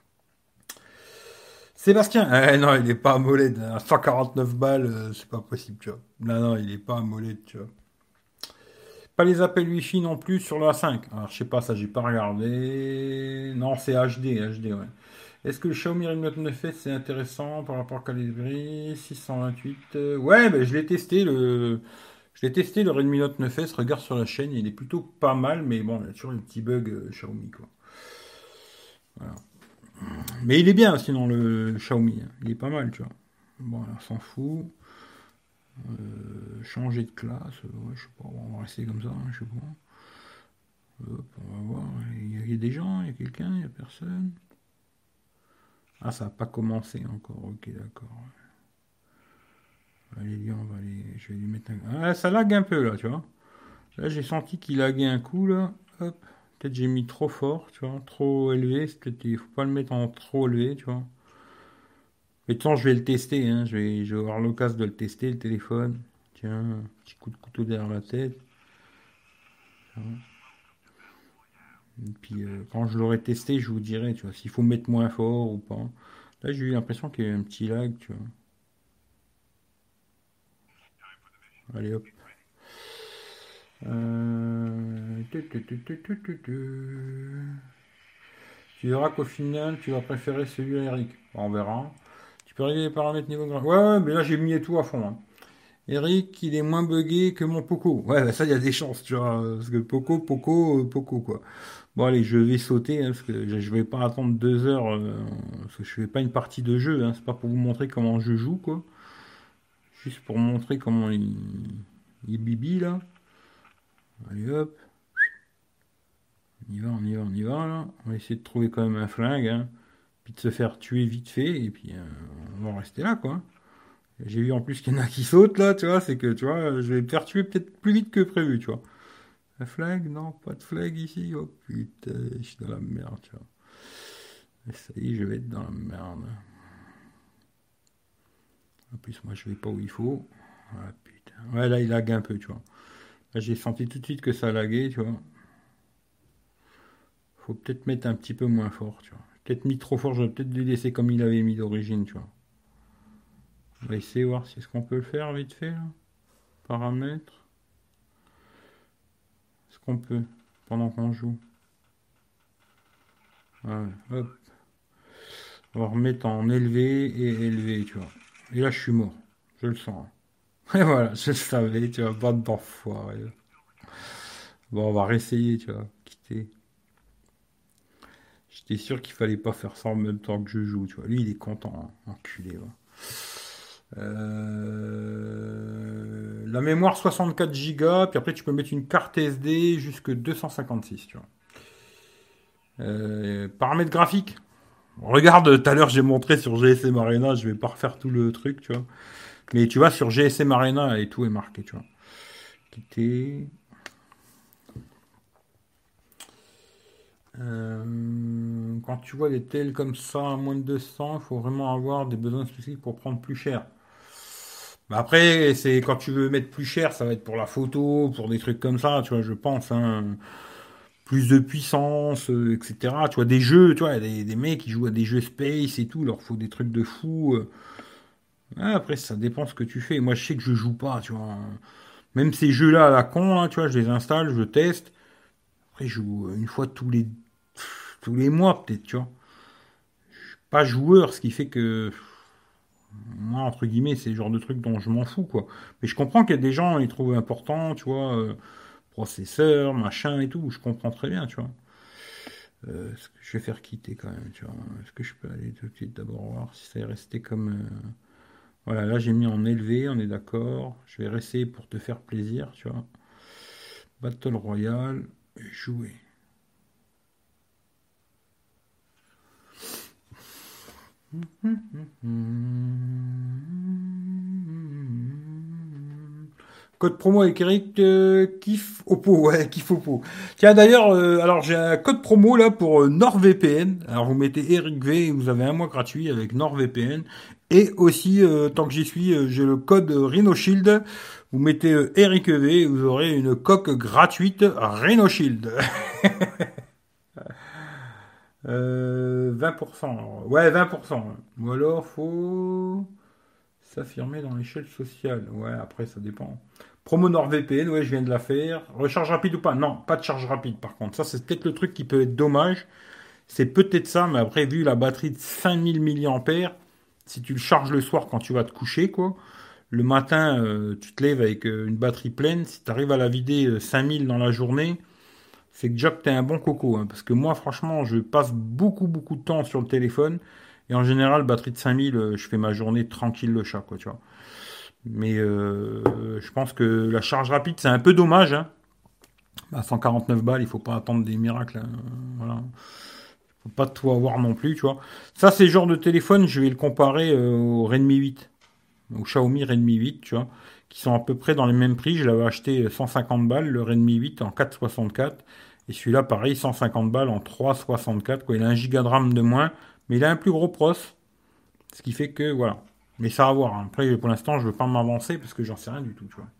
Sébastien, non, il est pas à molette. À 149 balles, c'est pas possible, tu vois. Non, il est pas à molette, tu vois. Pas les appels Wi-Fi non plus sur le A5. Alors, je sais pas, ça, j'ai pas regardé. Non, c'est HD, ouais. Est-ce que le Xiaomi Redmi Note 9S c'est intéressant par rapport à Calibri 628? Ouais, ben, je l'ai testé le Redmi Note 9S. Regarde sur la chaîne, il est plutôt pas mal, mais bon, il y a toujours les petits bugs Xiaomi, quoi. Voilà. Mais il est bien, sinon, le Xiaomi, hein. Il est pas mal, tu vois. Bon, on s'en fout. Changer de classe, ouais, je sais pas, on va rester comme ça, hein, je sais pas. Hop, on va voir. Il y a des gens, il y a quelqu'un, il y a personne. Ah, ça n'a pas commencé encore. Ok, d'accord. Allez, on va aller. Je vais lui mettre un. Ah, ça lag un peu là, tu vois. Là, j'ai senti qu'il laguait un coup là. Hop. Peut-être j'ai mis trop fort, tu vois. Trop élevé. Il faut pas le mettre en trop élevé, tu vois. Mais de toute façon, je vais le tester, hein. Je vais avoir l'occasion de le tester, le téléphone. Tiens, un petit coup de couteau derrière la tête. Et puis quand je l'aurai testé, je vous dirai, tu vois, s'il faut mettre moins fort ou pas. Là, j'ai eu l'impression qu'il y avait un petit lag, tu vois. Allez hop. Tu verras qu'au final, tu vas préférer celui à Eric. Bon, on verra. Tu peux régler les paramètres niveau graphique. Ouais, ouais, mais là, j'ai mis tout à fond, hein. Eric, il est moins buggé que mon Poco. Ouais, bah ça, il y a des chances, tu vois. Parce que Poco, quoi. Bon, allez, je vais sauter, hein, parce que je vais pas attendre 2 heures, parce que je fais pas une partie de jeu, hein. C'est pas pour vous montrer comment je joue, quoi. Juste pour montrer comment il bibi, là. Allez, hop. On y va, là. On va essayer de trouver quand même un flingue, hein. Puis de se faire tuer vite fait, et puis on va rester là, quoi. J'ai vu en plus qu'il y en a qui sautent, là, tu vois. C'est que, tu vois, je vais me faire tuer peut-être plus vite que prévu, tu vois. Un flag? Non, pas de flag ici. Oh putain, je suis dans la merde, tu vois. Et ça y est, je vais être dans la merde. En plus, moi, je vais pas où il faut. Ah putain. Ouais, là, il lag un peu, tu vois. Là, j'ai senti tout de suite que ça laguait, tu vois. Faut peut-être mettre un petit peu moins fort, tu vois. Peut-être mis trop fort, j'aurais peut-être dû laisser comme il avait mis d'origine, tu vois. On va essayer de voir si est-ce qu'on peut le faire vite fait, là. Paramètres. Est-ce qu'on peut pendant qu'on joue? Ouais, hop. On va remettre en élevé et élevé, tu vois. Et là, je suis mort. Je le sens. Et voilà, je le savais, tu vois, bande d'enfoirés. Bon, on va réessayer, tu vois. Quitter. J'étais sûr qu'il fallait pas faire ça en même temps que je joue, tu vois. Lui, il est content, hein. Enculé, va. La mémoire 64 Go, puis après tu peux mettre une carte SD jusque 256, tu vois. Paramètres graphiques. Regarde, tout à l'heure j'ai montré sur GSM Arena, je vais pas refaire tout le truc, tu vois. Mais tu vois, sur GSM Arena et tout est marqué, tu vois. Quitter. Quand tu vois des tels comme ça à moins de 200, il faut vraiment avoir des besoins spécifiques pour prendre plus cher. Bah après, c'est quand tu veux mettre plus cher, ça va être pour la photo, pour des trucs comme ça, tu vois, je pense, hein. Plus de puissance, etc. Tu vois, des jeux, tu vois, des mecs qui jouent à des jeux space et tout, il leur faut des trucs de fou. Ouais, après, ça dépend ce que tu fais. Moi, je sais que je joue pas, tu vois. Même ces jeux-là à la con, là, tu vois, je les installe, je teste. Après, je joue une fois tous les mois, peut-être, tu vois. Pas joueur, ce qui fait que moi, entre guillemets, c'est le genre de truc dont je m'en fous, quoi. Mais je comprends qu'il y a des gens, ils trouvent important, tu vois, processeur, machin et tout. Je comprends très bien, tu vois. Ce que je vais faire quitter quand même, tu vois. Est-ce que je peux aller tout de suite d'abord voir si ça est resté comme. Voilà, là j'ai mis en élevé, on est d'accord. Je vais rester pour te faire plaisir, tu vois. Battle Royale, jouer. Code promo avec Eric, kiff Oppo, ouais, kiff Oppo. Tiens d'ailleurs, alors j'ai un code promo là pour NordVPN. Alors vous mettez Eric V et vous avez un mois gratuit avec NordVPN. Et aussi, tant que j'y suis, j'ai le code Rhino Shield. Vous mettez Eric V et vous aurez une coque gratuite Rhino Shield. 20%. Ouais, 20%. Ouais. Ou alors faut s'affirmer dans l'échelle sociale. Ouais, après ça dépend. Promo NordVPN, ouais, je viens de la faire. Recharge rapide ou pas? Non, pas de charge rapide par contre. Ça, c'est peut-être le truc qui peut être dommage. C'est peut-être ça, mais après, vu la batterie de 5000 mAh, si tu le charges le soir quand tu vas te coucher, quoi, le matin, tu te lèves avec une batterie pleine. Si tu arrives à la vider 5000 dans la journée, c'est que déjà que t'es un bon coco, hein. Parce que moi, franchement, je passe beaucoup, beaucoup de temps sur le téléphone. Et en général, batterie de 5000, je fais ma journée tranquille le chat, quoi, tu vois. Mais je pense que la charge rapide, c'est un peu dommage, hein. À 149 balles, il faut pas attendre des miracles, hein. Voilà. Faut pas tout avoir non plus, tu vois. Ça, c'est le genre de téléphone, je vais le comparer au Redmi 8, au Xiaomi Redmi 8, tu vois, qui sont à peu près dans les mêmes prix. Je l'avais acheté 150 balles, le Redmi 8 en 4,64. Et celui-là, pareil, 150 balles en 3,64, quoi. Il a un giga de RAM de moins, mais il a un plus gros pros. Ce qui fait que, voilà. Mais ça va voir, hein. Après, pour l'instant, je veux pas m'avancer parce que j'en sais rien du tout, tu vois.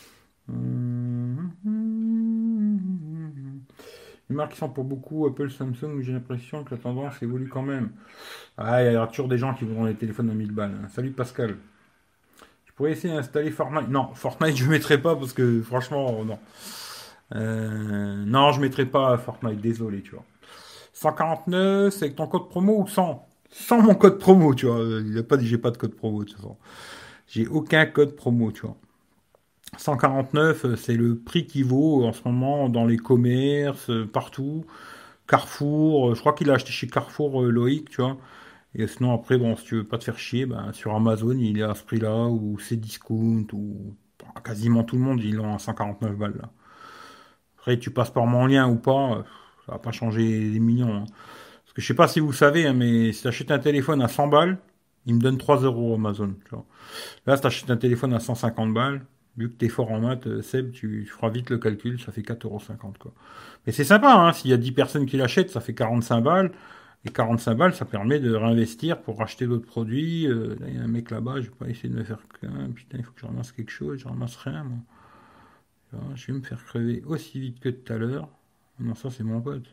Les marques qui sont pour beaucoup, Apple, Samsung, j'ai l'impression que la tendance évolue quand même. Ah, il y a toujours des gens qui voudront les téléphones à 1000 balles, hein. Salut Pascal. Je pourrais essayer d'installer Fortnite. Non, Fortnite, je ne mettrai pas parce que franchement, non. Non, je ne mettrai pas Fortnite, désolé, tu vois. 149, c'est avec ton code promo ou sans? Sans mon code promo, tu vois. Il a pas dit j'ai pas de code promo, de toute façon. J'ai aucun code promo, tu vois. 149, c'est le prix qui vaut en ce moment dans les commerces, partout. Carrefour, je crois qu'il a acheté chez Carrefour Loïc, tu vois. Et sinon, après, bon, si tu veux pas te faire chier, ben, sur Amazon, il est à ce prix-là, ou c'est discount, ou bah, quasiment tout le monde, ils l'ont à 149 balles, là. Après, tu passes par mon lien ou pas, ça va pas changer des millions, hein. Parce que je sais pas si vous savez, hein, mais si tu achètes un téléphone à 100 balles, il me donne 3 euros Amazon, tu vois. Là, si tu achètes un téléphone à 150 balles, Vu que t'es fort en maths, Seb, tu feras vite le calcul, ça fait 4,50 € quoi. Mais c'est sympa, hein, s'il y a 10 personnes qui l'achètent, ça fait 45 balles. Et 45 balles, ça permet de réinvestir pour racheter d'autres produits. Là, il y a un mec là-bas, je vais pas essayer de me faire... Putain, il faut que je ramasse quelque chose, je ramasse rien, moi. Je vais me faire crever aussi vite que tout à l'heure. Non, ça, c'est mon pote.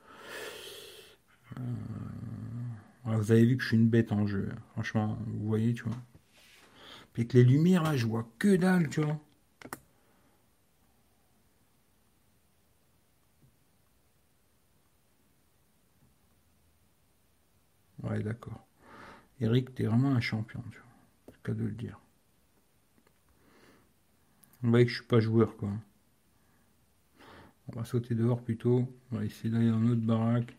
Ouais, vous avez vu que je suis une bête en jeu. Franchement, vous voyez, tu vois. Puis avec les lumières, là, je vois que dalle, tu vois. Ouais, d'accord. Eric, t'es vraiment un champion, tu vois. C'est le cas de le dire. Vous voyez que je suis pas joueur, quoi. On va sauter dehors plutôt. On va essayer d'aller dans notre baraque.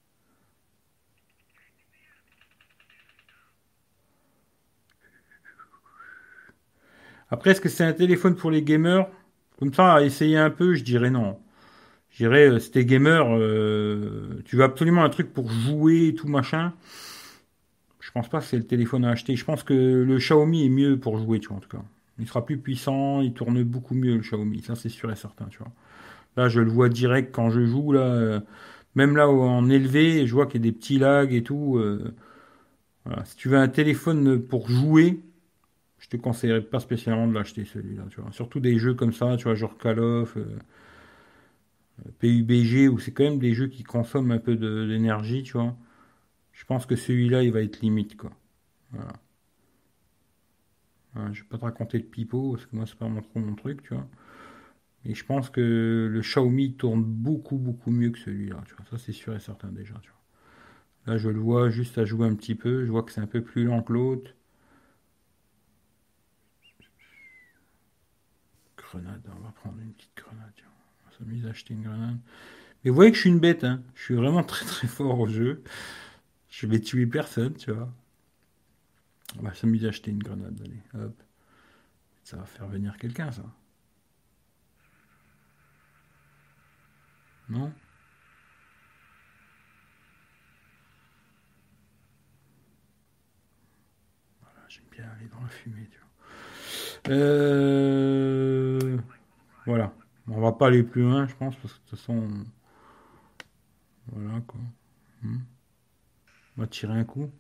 Après, est-ce que c'est un téléphone pour les gamers? Comme ça, à essayer un peu, je dirais non. Je dirais, si t'es gamer, tu veux absolument un truc pour jouer et tout machin. Je pense pas que c'est le téléphone à acheter. Je pense que le Xiaomi est mieux pour jouer, tu vois, en tout cas. Il sera plus puissant, il tourne beaucoup mieux le Xiaomi. Ça, c'est sûr et certain, tu vois. Là, je le vois direct quand je joue, là. Même là, en élevé, je vois qu'il y a des petits lags et tout. Voilà. Si tu veux un téléphone pour jouer, je te conseillerais pas spécialement de l'acheter, celui-là, tu vois. Surtout des jeux comme ça, tu vois, genre Call of, PUBG, où c'est quand même des jeux qui consomment un peu d'énergie, tu vois. Je pense que celui-là, il va être limite, quoi. Voilà. Hein, je vais pas te raconter le pipeau, parce que moi, c'est pas trop mon truc, tu vois. Et je pense que le Xiaomi tourne beaucoup, beaucoup mieux que celui-là, tu vois. Ça, c'est sûr et certain déjà, tu vois. Là, je le vois juste à jouer un petit peu. Je vois que c'est un peu plus lent que l'autre. Grenade, on va prendre une petite grenade, tu vois. On va s'amuser à acheter une grenade. Mais vous voyez que je suis une bête, hein. Je suis vraiment très, très fort au jeu. Je vais tuer personne, tu vois. On va s'amuser à acheter une grenade, allez, hop. Ça va faire venir quelqu'un, ça. Non? Voilà, j'aime bien aller dans la fumée, tu vois. Voilà. On va pas aller plus loin, je pense, parce que de toute façon, voilà, quoi. Hmm. On va tirer un coup.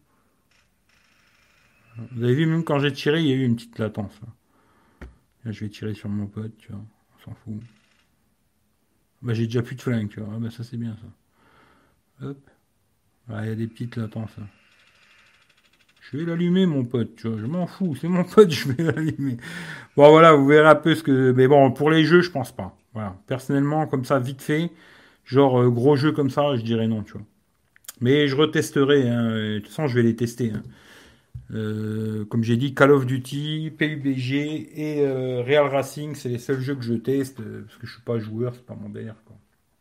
Vous avez vu, même quand j'ai tiré, il y a eu une petite latence, là. Là, je vais tirer sur mon pote, tu vois. On s'en fout. Bah, j'ai déjà plus de flingue, tu vois. Ah, bah, ça, c'est bien, ça. Hop. Ah, il y a des petites latences, là. Je vais l'allumer, mon pote, tu vois. Je m'en fous, c'est mon pote, je vais l'allumer. Bon, voilà, vous verrez un peu ce que. Mais bon, pour les jeux, je pense pas. Voilà. Personnellement, comme ça, vite fait, genre gros jeu comme ça, je dirais non, tu vois. Mais je retesterai, hein. Et de toute façon, je vais les tester, hein. Comme j'ai dit, Call of Duty, PUBG et Real Racing, c'est les seuls jeux que je teste parce que je suis pas joueur, c'est pas mon délire, quoi.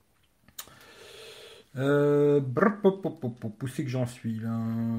Où c'est que j'en suis là?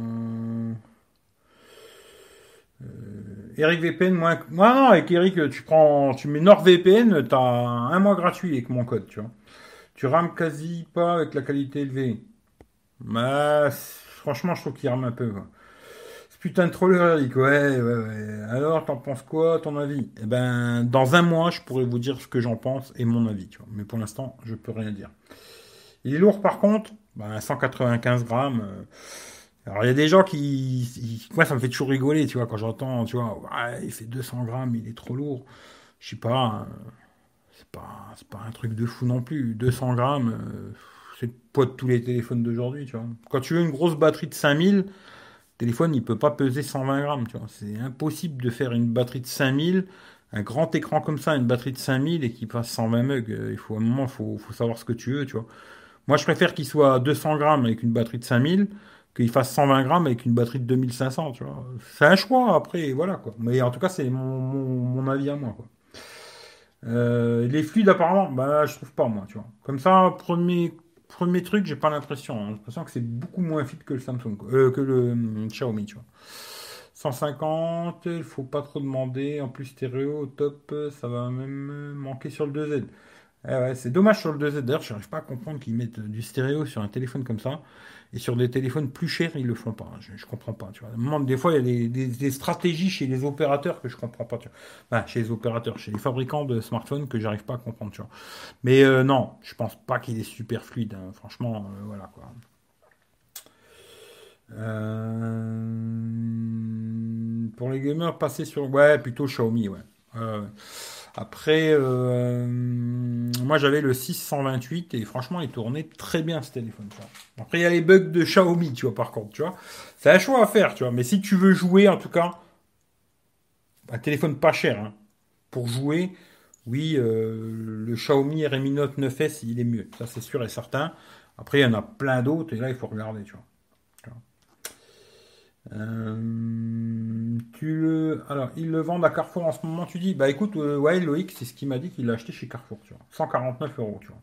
Eric VPN, moi non, avec Eric, tu mets NordVPN, t'as un mois gratuit avec mon code, tu vois. Tu rames quasi pas avec la qualité élevée. Bah, franchement, je trouve qu'il rame un peu, quoi. Ce putain de troller, Eric, ouais, ouais, ouais. Alors, t'en penses quoi, à ton avis? Eh ben, dans un mois, je pourrais vous dire ce que j'en pense et mon avis, tu vois. Mais pour l'instant, je peux rien dire. Il est lourd, par contre, ben, 195 grammes. Alors, il y a des gens moi, ça me fait toujours rigoler, tu vois, quand j'entends, tu vois, ouais, il fait 200 grammes, il est trop lourd. Je sais pas, c'est pas un truc de fou non plus. 200 grammes, c'est le poids de tous les téléphones d'aujourd'hui, tu vois. Quand tu veux une grosse batterie de 5000, le téléphone, il peut pas peser 120 grammes, tu vois. C'est impossible de faire une batterie de 5000, un grand écran comme ça, une batterie de 5000 et qu'il passe 120 mug. Il faut, à un moment, faut savoir ce que tu veux, tu vois. Moi, je préfère qu'il soit à 200 grammes avec une batterie de 5000 qu'il fasse 120 grammes avec une batterie de 2500, tu vois. C'est un choix, après, voilà, quoi. Mais en tout cas, c'est mon avis à moi, quoi. Les fluides, apparemment, bah, je trouve pas, moi, tu vois. Comme ça, premier truc, j'ai pas l'impression, hein. J'ai l'impression que c'est beaucoup moins fluide que le Samsung, quoi. Que le Xiaomi, tu vois. 150, il faut pas trop demander. En plus, stéréo, au top, ça va même manquer sur le 2Z. Ouais, c'est dommage sur le 2Z. D'ailleurs, je n'arrive pas à comprendre qu'ils mettent du stéréo sur un téléphone comme ça. Et sur des téléphones plus chers, ils le font pas. Je comprends pas. Tu vois. Des fois, il y a des stratégies chez les opérateurs que je comprends pas. Tu vois. Enfin, chez les opérateurs, chez les fabricants de smartphones que j'arrive pas à comprendre. Tu vois. Mais non, je pense pas qu'il est super fluide, hein. Franchement, voilà quoi. Pour les gamers, passer sur. Ouais, plutôt Xiaomi, ouais. Ouais. Après, moi j'avais le 628 et franchement il tournait très bien ce téléphone. Tu vois. Après il y a les bugs de Xiaomi, tu vois, par contre, tu vois. C'est un choix à faire, tu vois. Mais si tu veux jouer, en tout cas, un téléphone pas cher, hein, pour jouer, oui, le Xiaomi Redmi Note 9S, il est mieux. Ça c'est sûr et certain. Après il y en a plein d'autres et là il faut regarder, tu vois. Tu vois. Alors, ils le vendent à Carrefour en ce moment, tu dis? Bah écoute, ouais, Loïc, c'est ce qu'il m'a dit qu'il l'a acheté chez Carrefour, tu vois. 149 euros, tu vois.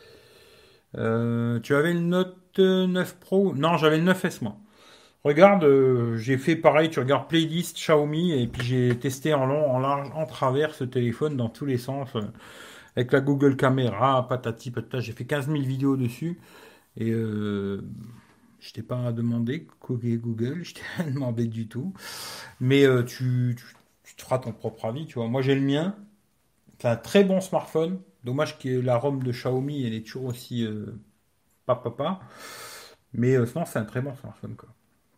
Tu avais le Note 9 Pro? Non, j'avais le 9S, moi. Regarde, j'ai fait pareil, tu regardes playlist Xiaomi, et puis j'ai testé en long, en large, en travers ce téléphone dans tous les sens, avec la Google Caméra, patati patata, j'ai fait 15 000 vidéos dessus, et je t'ai pas demandé, Google, je t'ai pas demandé du tout. Mais tu te feras ton propre avis, tu vois. Moi, j'ai le mien. C'est un très bon smartphone. Dommage que la ROM de Xiaomi, elle est toujours aussi pas papa. Mais sinon, c'est un très bon smartphone, quoi.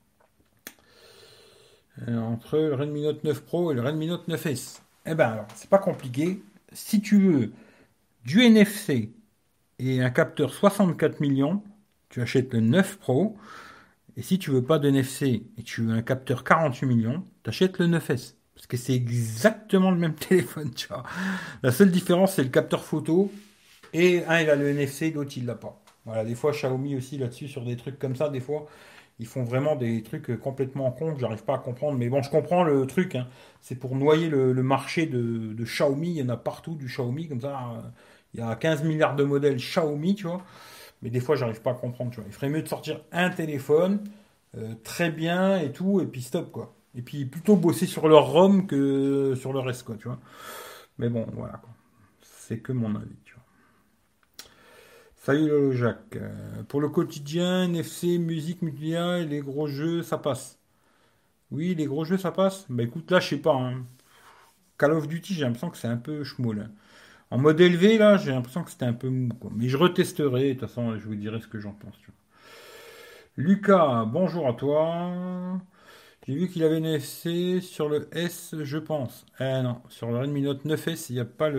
Entre le Redmi Note 9 Pro et le Redmi Note 9S. Eh ben, alors, c'est pas compliqué. Si tu veux du NFC et un capteur 64 millions, tu achètes le 9 Pro. Et si tu veux pas de NFC et tu veux un capteur 48 millions, tu achètes le 9S. Parce que c'est exactement le même téléphone, tu vois. La seule différence, c'est le capteur photo. Et un, il a le NFC, l'autre, il l'a pas. Voilà, des fois, Xiaomi aussi, là-dessus, sur des trucs comme ça, des fois, ils font vraiment des trucs complètement cons que j'arrive pas à comprendre. Mais bon, je comprends le truc, hein. C'est pour noyer le marché de Xiaomi. Il y en a partout du Xiaomi, comme ça. Il y a 15 milliards de modèles Xiaomi, tu vois. Mais des fois, j'arrive pas à comprendre, tu vois. Il ferait mieux de sortir un téléphone, très bien et tout, et puis stop, quoi. Et puis plutôt bosser sur leur ROM que sur le reste, quoi, tu vois. Mais bon, voilà, quoi. C'est que mon avis, tu vois. Salut Lolo Jacques. Pour le quotidien, NFC, musique, multimédia et les gros jeux, ça passe. Oui, les gros jeux, ça passe. Bah écoute, là, je sais pas, hein. Call of Duty, j'ai l'impression que c'est un peu schmoul, hein. En mode élevé, là, j'ai l'impression que c'était un peu mou, quoi. Mais je retesterai, de toute façon, je vous dirai ce que j'en pense, tu vois. Lucas, bonjour à toi. J'ai vu qu'il avait une NFC sur le S, je pense. Eh non, sur le Redmi Note 9S, il n'y a pas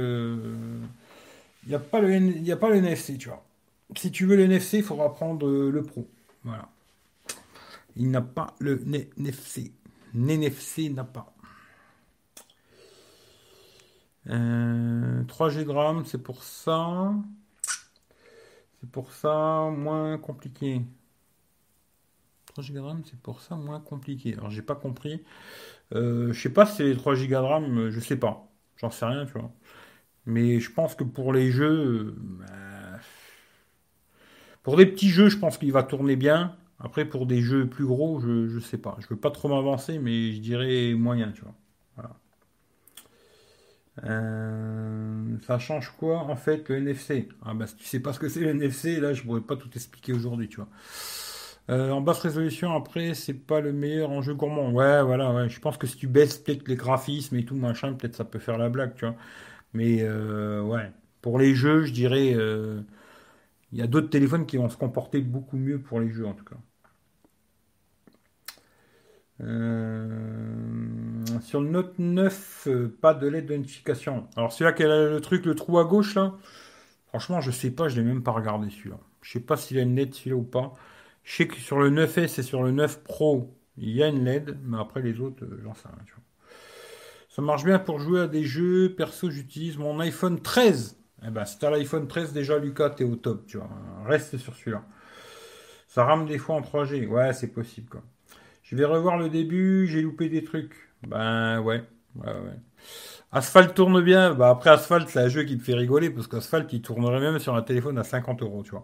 il y a pas le NFC, tu vois. Si tu veux le NFC, il faudra prendre le Pro. Voilà. Il n'a pas le NFC. NFC n'a pas. 3 Go de RAM, c'est pour ça. C'est pour ça, moins compliqué. 3 Go de RAM, c'est pour ça, moins compliqué. Alors, j'ai pas compris. Je sais pas si c'est les 3 Go de RAM, je sais pas. J'en sais rien, tu vois. Mais je pense que pour les jeux, pour des petits jeux, je pense qu'il va tourner bien. Après, pour des jeux plus gros, je sais pas. Je veux pas trop m'avancer, mais je dirais moyen, tu vois. Voilà. Ça change quoi en fait le NFC? Ah bah si tu sais pas ce que c'est le NFC, là je pourrais pas tout expliquer aujourd'hui, tu vois. En basse résolution, après, c'est pas le meilleur en jeu gourmand. Ouais, voilà, ouais. Je pense que si tu baisses peut-être les graphismes et tout, machin, peut-être ça peut faire la blague, tu vois. Mais ouais, pour les jeux, je dirais, il y a d'autres téléphones qui vont se comporter beaucoup mieux pour les jeux en tout cas. Sur le Note 9, pas de LED de notification. Alors celui-là qui a le truc, le trou à gauche là, franchement je sais pas, je l'ai même pas regardé celui-là. Je sais pas s'il a une LED celui-là ou pas. Je sais que sur le 9S et sur le 9 Pro, il y a une LED, mais après les autres, j'en sais rien. Tu vois. Ça marche bien pour jouer à des jeux. Perso, j'utilise mon iPhone 13. Eh ben, si t'as l'iPhone 13, déjà, Lucas, t'es au top, tu vois. Reste sur celui-là. Ça rame des fois en 3G. Ouais, c'est possible, quoi. Je vais revoir le début, j'ai loupé des trucs. Ben, ouais. Ouais, ouais. Asphalt tourne bien. Bah, après, Asphalt, c'est un jeu qui me fait rigoler, parce qu'Asphalt, il tournerait même sur un téléphone à 50 euros, tu vois.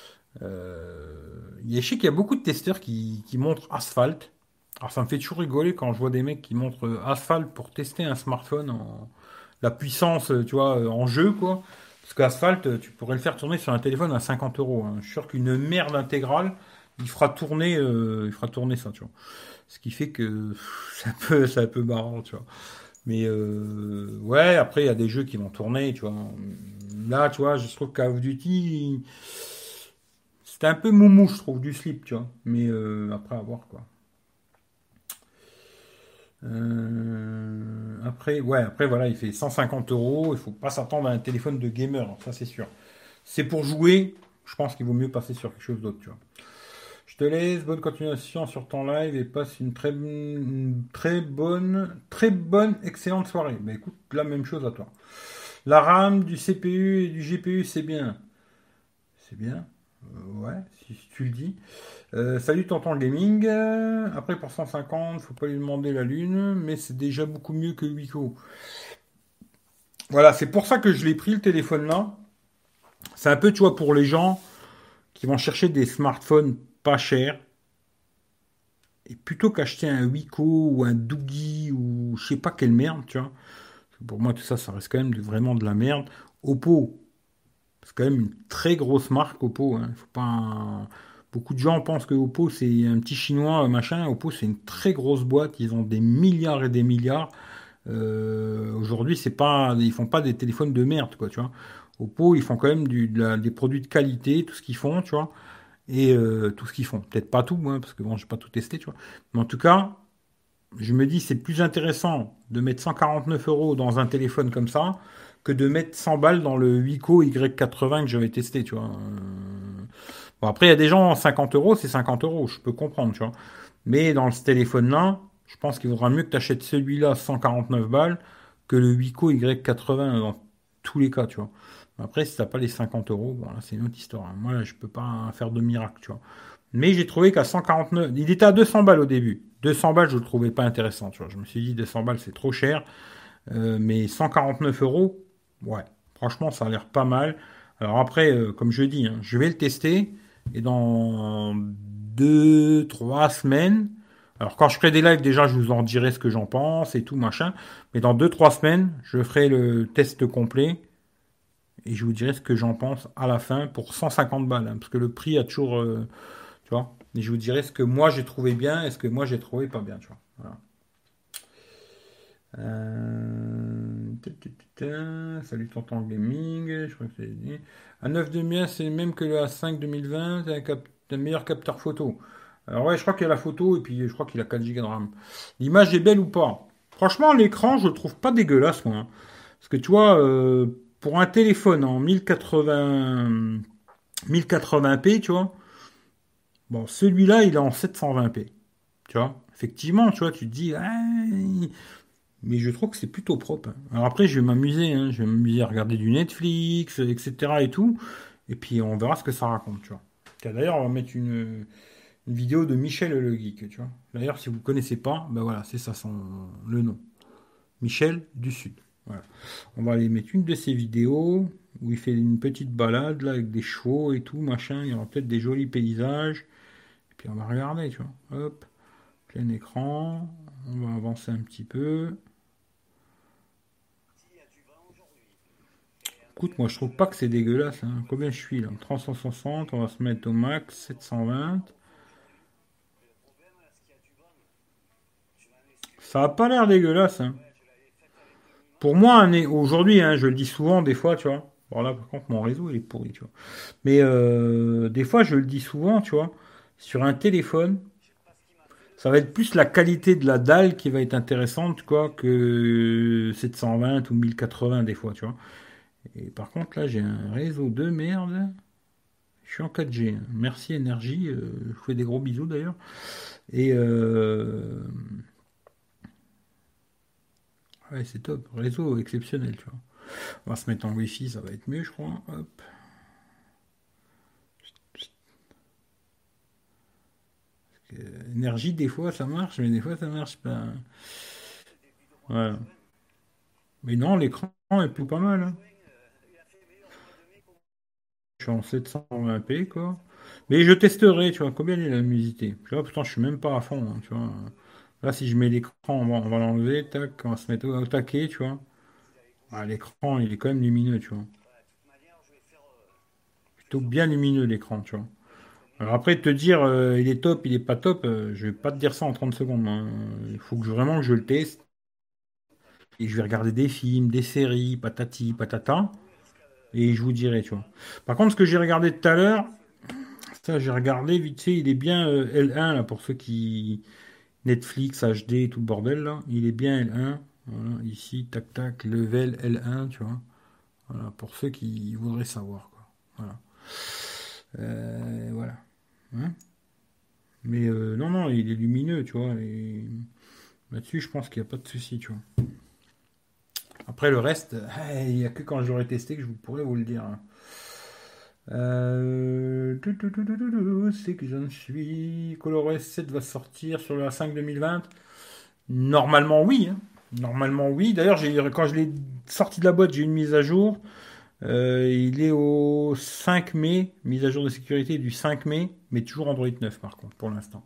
Je sais qu'il y a beaucoup de testeurs qui montrent Asphalt. Alors ça me fait toujours rigoler quand je vois des mecs qui montrent Asphalt pour tester un smartphone en la puissance, tu vois, en jeu quoi. Parce qu'Asphalt, tu pourrais le faire tourner sur un téléphone à 50 euros, hein. Je suis sûr qu'une merde intégrale, il fera tourner ça, tu vois. Ce qui fait que c'est un peu marrant, tu vois. Mais ouais, après, il y a des jeux qui vont tourner, tu vois. Là, tu vois, je trouve que Call of Duty, c'était un peu moumou, je trouve, du slip, tu vois. Mais après, à voir, quoi. Après, ouais, après, voilà, il fait 150 euros. Il faut pas s'attendre à un téléphone de gamer, ça, c'est sûr. C'est pour jouer, je pense qu'il vaut mieux passer sur quelque chose d'autre, tu vois. Je te laisse, bonne continuation sur ton live et passe très bonne, excellente soirée. Ben écoute, la même chose à toi. La RAM, du CPU et du GPU, c'est bien. C'est bien. Ouais, si tu le dis. Salut Tonton Gaming. Après, pour 150, faut pas lui demander la lune, mais c'est déjà beaucoup mieux que Wiko. Voilà, c'est pour ça que je l'ai pris le téléphone là. C'est un peu, tu vois, pour les gens qui vont chercher des smartphones pas chers. Et plutôt qu'acheter un Wiko ou un Doogie ou je sais pas quelle merde, tu vois. Pour moi, tout ça, ça reste quand même vraiment de la merde. Oppo, c'est quand même une très grosse marque, Oppo, hein. Faut pas. Beaucoup de gens pensent que Oppo, c'est un petit chinois, machin. Oppo, c'est une très grosse boîte. Ils ont des milliards et des milliards. Aujourd'hui, c'est pas, ils font pas des téléphones de merde, quoi, tu vois. Oppo, ils font quand même des produits de qualité, tout ce qu'ils font, tu vois. Et tout ce qu'ils font. Peut-être pas tout, moi, parce que bon, j'ai pas tout testé, tu vois. Mais en tout cas, je me dis, c'est plus intéressant de mettre 149 euros dans un téléphone comme ça que de mettre 100 balles dans le Wiko Y80 que j'avais testé, tu vois. Bon, après, il y a des gens, 50 euros, c'est 50 euros, je peux comprendre, tu vois. Mais dans ce téléphone-là, je pense qu'il vaudra mieux que tu achètes celui-là 149 balles que le Wiko Y80 dans tous les cas, tu vois. Après, si t'as pas les 50 euros, bon, là, c'est une autre histoire, hein. Moi, là, je peux pas faire de miracle, tu vois. Mais j'ai trouvé qu'à 149, il était à 200 balles au début. 200 balles, je le trouvais pas intéressant, tu vois. Je me suis dit, 200 balles, c'est trop cher. Mais 149 euros, ouais, franchement, ça a l'air pas mal. Alors après, comme je dis, hein, je vais le tester. Et dans 2, 3 semaines, alors quand je ferai des lives, déjà, je vous en dirai ce que j'en pense et tout, machin. Mais dans 2, 3 semaines, je ferai le test complet. Et je vous dirai ce que j'en pense à la fin pour 150 balles, hein, parce que le prix a toujours, tu vois. Et je vous dirai ce que moi j'ai trouvé bien et ce que moi j'ai trouvé pas bien, tu vois. Voilà. Salut Tonton Gaming, je crois que c'est dit. A9 mien c'est le même que le A5 2020, c'est un meilleur capteur photo. Alors ouais, je crois qu'il y a la photo et puis je crois qu'il a 4 Go de RAM. L'image est belle ou pas? Franchement, l'écran, je le trouve pas dégueulasse, moi, hein. Parce que tu vois, pour un téléphone en 1080p, tu vois, bon, celui-là, il est en 720p. Tu vois, effectivement, tu vois, tu te dis, ah, mais je trouve que c'est plutôt propre, hein. Alors après, je vais m'amuser, hein, je vais m'amuser à regarder du Netflix, etc. et tout. Et puis, on verra ce que ça raconte, tu vois. Tiens, d'ailleurs, on va mettre une vidéo de Michel le Geek, tu vois. D'ailleurs, si vous ne connaissez pas, ben voilà, c'est ça le nom. Michel du Sud. Voilà. On va aller mettre une de ses vidéos où il fait une petite balade là avec des chevaux et tout, machin. Il y aura peut-être des jolis paysages. Et puis on va regarder, tu vois. Hop, plein écran. On va avancer un petit peu. Écoute, moi je trouve pas que c'est dégueulasse, hein. Combien je suis là? 360, on va se mettre au max, 720. Ça a pas l'air dégueulasse, hein. Pour moi, aujourd'hui, hein, je le dis souvent des fois, tu vois. Bon là, par contre, mon réseau il est pourri, tu vois. Mais des fois, je le dis souvent, tu vois. Sur un téléphone, ça va être plus la qualité de la dalle qui va être intéressante, quoi, que 720 ou 1080 des fois, tu vois. Et par contre, là, j'ai un réseau de merde. Je suis en 4G, hein. Merci Énergie. Je vous fais des gros bisous d'ailleurs. Et ouais, c'est top. Réseau exceptionnel, tu vois. On va se mettre en Wi-Fi, ça va être mieux, je crois. Hop. Énergie, des fois ça marche, mais des fois ça marche pas. Voilà. Mais non, l'écran est plus pas mal, hein. Je suis en 720p, quoi. Mais je testerai, tu vois, combien il est la luminosité. Tu vois, pourtant, je suis même pas à fond, hein, tu vois. Là, si je mets l'écran, on va l'enlever, tac, on va se mettre au taquet, tu vois. Ah, l'écran, il est quand même lumineux, tu vois. plutôt bien lumineux l'écran, tu vois. Alors après, te dire il est top, il est pas top, je vais pas te dire ça en 30 secondes, hein. Il faut que vraiment que je le teste. Et je vais regarder des films, des séries, patati, patata. Et je vous dirai, tu vois. Par contre, ce que j'ai regardé tout à l'heure, ça j'ai regardé vite fait, il est bien L1, là, pour ceux qui... Netflix, HD, tout le bordel, là. Il est bien L1. Voilà, ici, tac, tac, level L1, tu vois. Voilà, pour ceux qui voudraient savoir, quoi. Voilà. Voilà. Hein. Mais non, non, il est lumineux, tu vois. Et là-dessus, je pense qu'il n'y a pas de souci, tu vois. Après, le reste, il n'y a que quand j'aurai testé que je pourrais vous le dire, hein. C'est que j'en suis. ColorOS 7 va sortir sur la 5 2020. Normalement, oui, hein. Normalement, oui. D'ailleurs, quand je l'ai sorti de la boîte, j'ai eu une mise à jour. Il est au 5 mai, mise à jour de sécurité du 5 mai, mais toujours Android 9 par contre, pour l'instant.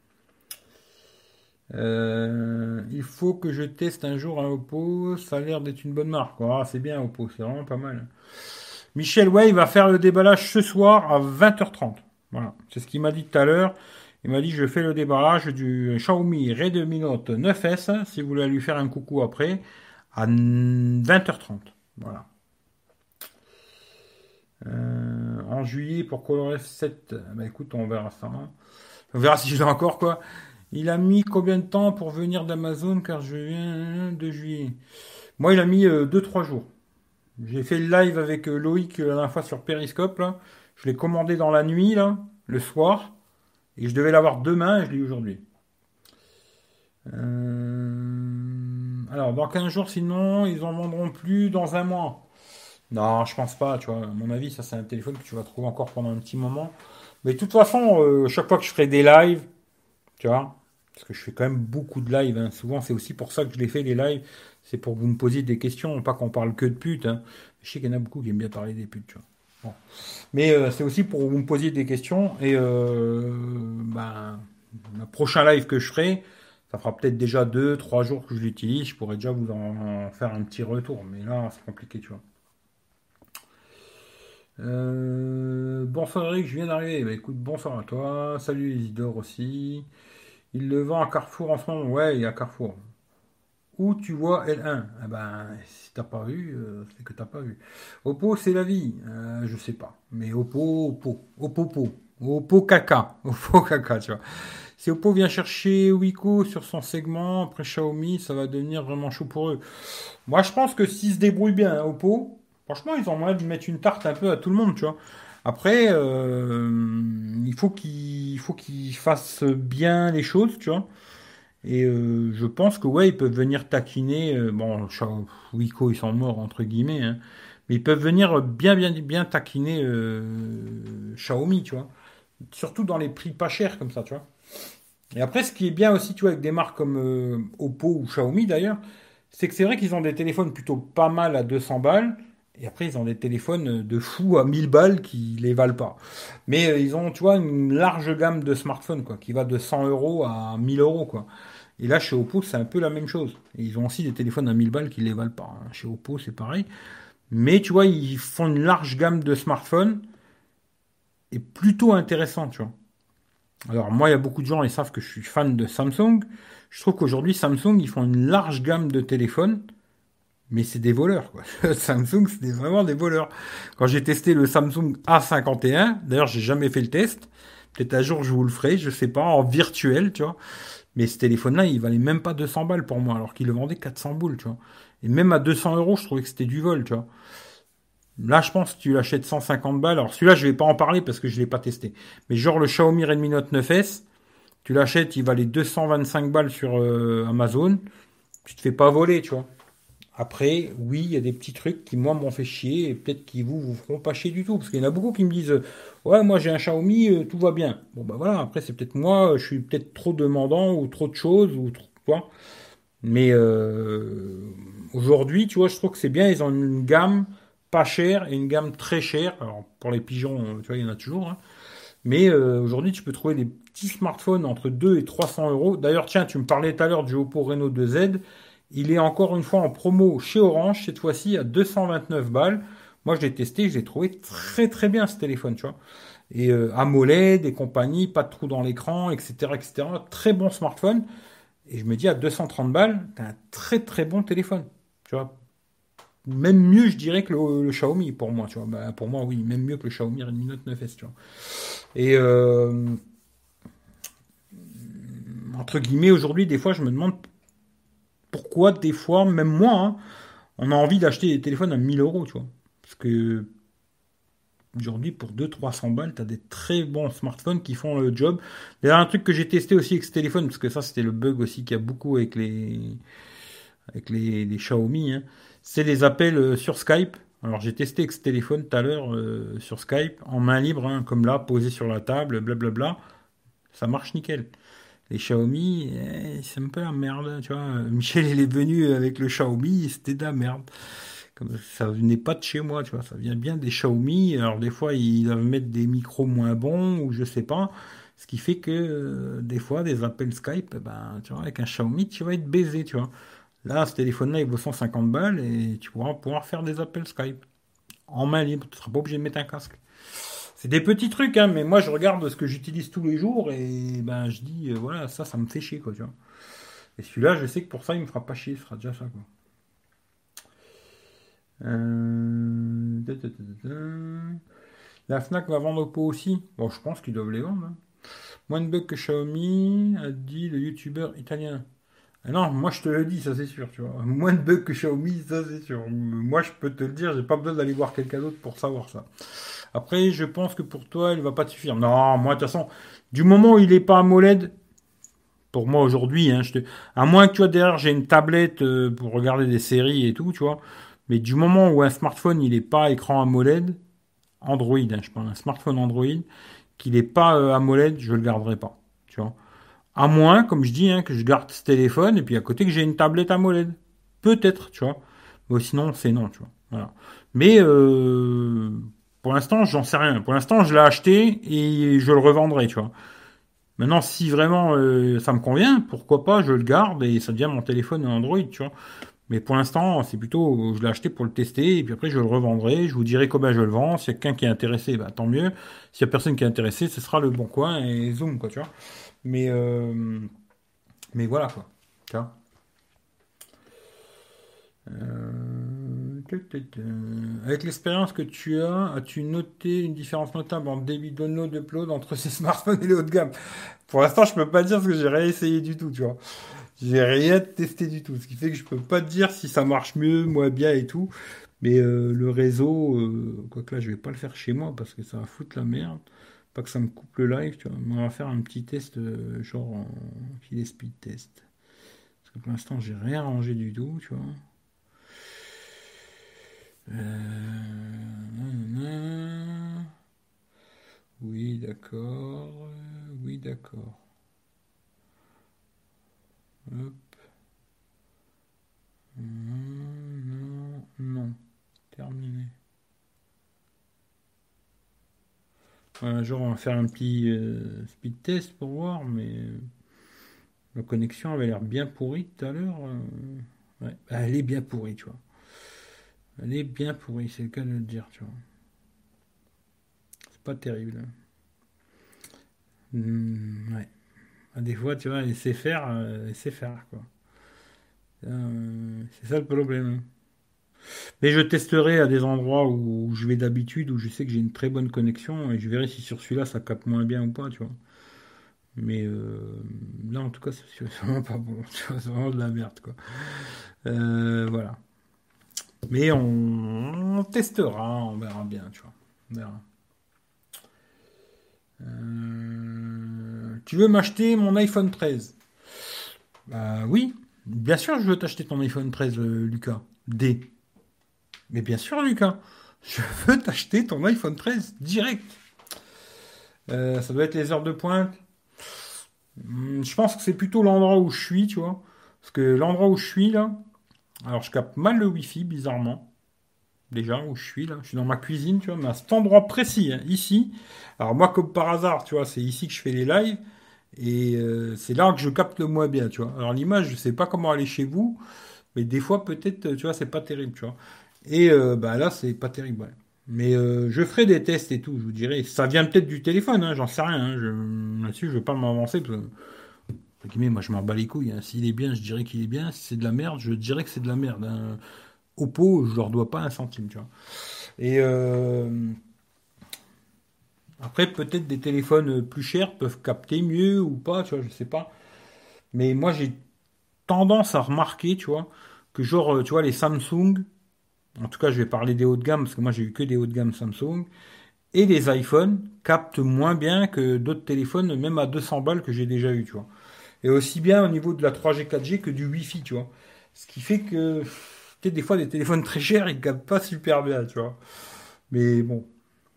Il faut que je teste un jour un Oppo. Ça a l'air d'être une bonne marque, quoi. Ah, c'est bien Oppo, c'est vraiment pas mal. Michel, ouais, il va faire le déballage ce soir à 20h30. Voilà, c'est ce qu'il m'a dit tout à l'heure. Il m'a dit, je fais le déballage du Xiaomi Redmi Note 9S, si vous voulez lui faire un coucou après, à 20h30. Voilà. En juillet pour ColorOS 7. Bah écoute, on verra ça, hein. On verra si je l'ai encore, quoi. Il a mis combien de temps pour venir d'Amazon car je viens de juillet. Moi, il a mis 2-3 jours. J'ai fait le live avec Loïc la dernière fois sur Periscope, là. Je l'ai commandé dans la nuit, là, le soir. Et je devais l'avoir demain et je l'ai eu aujourd'hui. Alors, dans 15 jours, sinon, ils en vendront plus dans un mois. Non, je pense pas, tu vois. À mon avis, ça, c'est un téléphone que tu vas trouver encore pendant un petit moment. Mais de toute façon, chaque fois que je ferai des lives, tu vois, parce que je fais quand même beaucoup de lives, hein. Souvent, c'est aussi pour ça que je les fais, les lives. C'est pour que vous me posiez des questions, pas qu'on parle que de putes, hein. Je sais qu'il y en a beaucoup qui aiment bien parler des putes, tu vois. Bon. Mais c'est aussi pour que vous me posiez des questions. Et ben, le prochain live que je ferai, ça fera peut-être déjà 2-3 jours que je l'utilise. Je pourrais déjà vous en faire un petit retour. Mais là, c'est compliqué, tu vois. Bonsoir Eric, je viens d'arriver. Bah, écoute, bonsoir à toi. Salut Isidore aussi. Il le vend à Carrefour en ce moment. Ouais, il y a Carrefour. Où tu vois L1? Ah ben, si t'as pas vu, c'est que t'as pas vu. Oppo, c'est la vie. Je sais pas. Mais Oppo caca. Oppo caca, tu vois. Si Oppo vient chercher Wiko sur son segment, après Xiaomi, ça va devenir vraiment chaud pour eux. Moi, je pense que s'ils se débrouillent bien, hein, Oppo, franchement, ils ont moyen de mettre une tarte un peu à tout le monde, tu vois. Après, il faut qu'ils fassent bien les choses, tu vois. Et je pense que ouais, ils peuvent venir taquiner. Bon, Wiko, ils sont morts entre guillemets, hein, mais ils peuvent venir bien, bien, bien taquiner Xiaomi, tu vois. Surtout dans les prix pas chers comme ça, tu vois. Et après, ce qui est bien aussi, tu vois, avec des marques comme Oppo ou Xiaomi d'ailleurs, c'est que c'est vrai qu'ils ont des téléphones plutôt pas mal à 200 balles. Et après, ils ont des téléphones de fou à 1000 balles qui les valent pas. Mais ils ont, tu vois, une large gamme de smartphones, quoi, qui va de 100 euros à 1000 euros, quoi. Et là, chez Oppo, c'est un peu la même chose. Et ils ont aussi des téléphones à 1000 balles qui les valent pas, hein. Chez Oppo, c'est pareil. Mais tu vois, ils font une large gamme de smartphones et plutôt intéressant, tu vois. Alors moi, il y a beaucoup de gens, ils savent que je suis fan de Samsung. Je trouve qu'aujourd'hui, Samsung, ils font une large gamme de téléphones, mais c'est des voleurs, quoi. Samsung, c'est vraiment des voleurs. Quand j'ai testé le Samsung A51, d'ailleurs, j'ai jamais fait le test. Peut-être un jour, je vous le ferai, je sais pas, en virtuel, tu vois. Mais ce téléphone-là, il valait même pas 200 balles pour moi, alors qu'il le vendait 400 boules, tu vois. Et même à 200 euros, je trouvais que c'était du vol, tu vois. Là, je pense que tu l'achètes 150 balles. Alors celui-là, je vais pas en parler parce que je l'ai pas testé. Mais genre le Xiaomi Redmi Note 9S, tu l'achètes, il valait 225 balles sur Amazon. Tu te fais pas voler, tu vois. Après, oui, il y a des petits trucs qui, moi, m'ont fait chier et peut-être qui vous feront pas chier du tout. Parce qu'il y en a beaucoup qui me disent, ouais, moi j'ai un Xiaomi, tout va bien. Bon, bah voilà, après, c'est peut-être moi, je suis peut-être trop demandant ou trop de choses, ou trop, tu vois. Mais aujourd'hui, tu vois, je trouve que c'est bien, ils ont une gamme pas chère et une gamme très chère. Alors, pour les pigeons, tu vois, il y en a toujours, hein. Mais aujourd'hui, tu peux trouver des petits smartphones entre 2 et 300 euros. D'ailleurs, tiens, tu me parlais tout à l'heure du Oppo Reno 2Z. Il est encore une fois en promo chez Orange, cette fois-ci à 229 balles. Moi, je l'ai testé, je l'ai trouvé très très bien ce téléphone, tu vois. Et AMOLED et compagnie, pas de trou dans l'écran, etc., etc. Très bon smartphone. Et je me dis, à 230 balles, t'as un très très bon téléphone. Tu vois, même mieux, je dirais, que le Xiaomi pour moi. Tu vois, bah, pour moi, oui, même mieux que le Xiaomi Redmi Note 9S. Tu vois. Et entre guillemets, aujourd'hui, des fois, je me demande pourquoi, des fois, même moi, hein, on a envie d'acheter des téléphones à 1000 euros. Tu vois, parce que aujourd'hui, pour 200-300 balles, tu as des très bons smartphones qui font le job. D'ailleurs, un truc que j'ai testé aussi avec ce téléphone, parce que ça, c'était le bug aussi qu'il y a beaucoup avec les Xiaomi, hein, c'est les appels sur Skype. Alors, j'ai testé avec ce téléphone tout à l'heure sur Skype, en main libre, hein, comme là, posé sur la table, blablabla. Ça marche nickel. Les Xiaomi, c'est un peu la merde, tu vois. Michel, il est venu avec le Xiaomi, c'était de la merde. Comme ça venait pas de chez moi, tu vois, ça vient bien des Xiaomi. Alors des fois, ils doivent mettre des micros moins bons ou je sais pas. Ce qui fait que des fois, des appels Skype, ben, tu vois, avec un Xiaomi, tu vas être baisé, tu vois. Là, ce téléphone-là, il vaut 150 balles et tu pourras pouvoir faire des appels Skype en main libre. Tu seras pas obligé de mettre un casque. C'est des petits trucs, hein, mais moi, je regarde ce que j'utilise tous les jours et ben, je dis, voilà, ça me fait chier, quoi, tu vois. Et celui-là, je sais que pour ça, il me fera pas chier, ce sera déjà ça, quoi. La Fnac va vendre Oppo aussi. Bon, je pense qu'ils doivent les vendre, hein. Moins de bugs que Xiaomi, a dit le youtubeur italien. Ah non, moi je te le dis, ça c'est sûr, tu vois. Moins de bugs que Xiaomi, ça c'est sûr. Moi je peux te le dire, j'ai pas besoin d'aller voir quelqu'un d'autre pour savoir ça. Après, je pense que pour toi, il va pas te suffire. Non, moi de toute façon, du moment où il est pas AMOLED, pour moi aujourd'hui, hein, à moins que tu vois derrière, j'ai une tablette pour regarder des séries et tout, tu vois. Mais du moment où un smartphone, il est pas écran AMOLED, Android, hein, je parle d'un smartphone Android, qu'il n'est pas AMOLED, je le garderai pas. Tu vois. À moins, comme je dis, hein, que je garde ce téléphone et puis à côté que j'ai une tablette AMOLED. Peut-être, tu vois. Mais sinon, c'est non, tu vois. Voilà. Mais pour l'instant, j'en sais rien. Pour l'instant, je l'ai acheté et je le revendrai, tu vois. Maintenant, si vraiment ça me convient, pourquoi pas, je le garde et ça devient mon téléphone Android, tu vois. Mais pour l'instant, c'est plutôt, je l'ai acheté pour le tester, et puis après, je le revendrai, je vous dirai combien je le vends. S'il y a quelqu'un qui est intéressé, bah, tant mieux. S'il y a personne qui est intéressé, ce sera le bon coin et zoom, quoi, tu vois. Mais, euh, mais voilà, quoi. Tu vois. Avec l'expérience que tu as, as-tu noté une différence notable en débit download upload entre ces smartphones et les hauts de gamme? Pour l'instant, je peux pas dire parce que j'ai rien essayé du tout, tu vois. J'ai rien testé du tout, ce qui fait que je peux pas te dire si ça marche mieux, moins bien et tout. Mais le réseau, quoique là, je vais pas le faire chez moi parce que ça va foutre la merde. Pas que ça me coupe le live, tu vois. Mais on va faire un petit test, genre en filet speed test. Parce que pour l'instant, j'ai rien rangé du tout, tu vois. Nanana. Oui, d'accord. Oui, d'accord. Hop. Non, non. Terminé. Un jour, on va faire un petit speed test pour voir, mais la connexion avait l'air bien pourrie tout à l'heure. Ouais. Bah, elle est bien pourrie, tu vois. Elle est bien pourrie, c'est le cas de le dire, tu vois. C'est pas terrible, hein. Ouais. Ah, des fois, tu vois, elle sait faire, quoi. C'est ça le problème, hein. Mais je testerai à des endroits où je vais d'habitude, où je sais que j'ai une très bonne connexion, et je verrai si sur celui-là ça capte moins bien ou pas, tu vois. Mais là, en tout cas, c'est vraiment pas bon. Tu vois, c'est vraiment de la merde, quoi. Voilà. Mais on testera, on verra bien, tu vois. On verra. Tu veux m'acheter mon iPhone 13? Bah oui, bien sûr, je veux t'acheter ton iPhone 13, Lucas. D. Mais bien sûr, Lucas, je veux t'acheter ton iPhone 13 direct. Ça doit être les heures de pointe. Je pense que c'est plutôt l'endroit où je suis, tu vois. Parce que l'endroit où je suis, là, alors je capte mal le Wi-Fi, bizarrement. Déjà, où je suis, là. Je suis dans ma cuisine, tu vois, mais à cet endroit précis, hein, ici. Alors moi, comme par hasard, tu vois, c'est ici que je fais les lives. Et c'est là que je capte le moins bien, tu vois. Alors l'image, je sais pas comment aller chez vous, mais des fois, peut-être, tu vois, c'est pas terrible, tu vois. Et bah là, c'est pas terrible. Ouais. Mais je ferai des tests et tout, je vous dirai. Ça vient peut-être du téléphone, hein, j'en sais rien. Hein, là-dessus, je veux pas m'avancer. Parce que, entre guillemets, moi, je m'en bats les couilles. Hein. S'il est bien, je dirais qu'il est bien. Si c'est de la merde, je dirais que c'est de la merde. Hein. Oppo, je leur dois pas un centime, tu vois. Et après, peut-être des téléphones plus chers peuvent capter mieux ou pas, tu vois, je sais pas. Mais moi, j'ai tendance à remarquer, tu vois, que genre, tu vois, les Samsung, en tout cas, je vais parler des hauts de gamme, parce que moi, j'ai eu que des hauts de gamme Samsung, et les iPhones captent moins bien que d'autres téléphones, même à 200 balles que j'ai déjà eu, tu vois. Et aussi bien au niveau de la 3G, 4G que du Wi-Fi, tu vois. Ce qui fait que, peut-être des fois, des téléphones très chers, ils captent pas super bien, tu vois. Mais bon,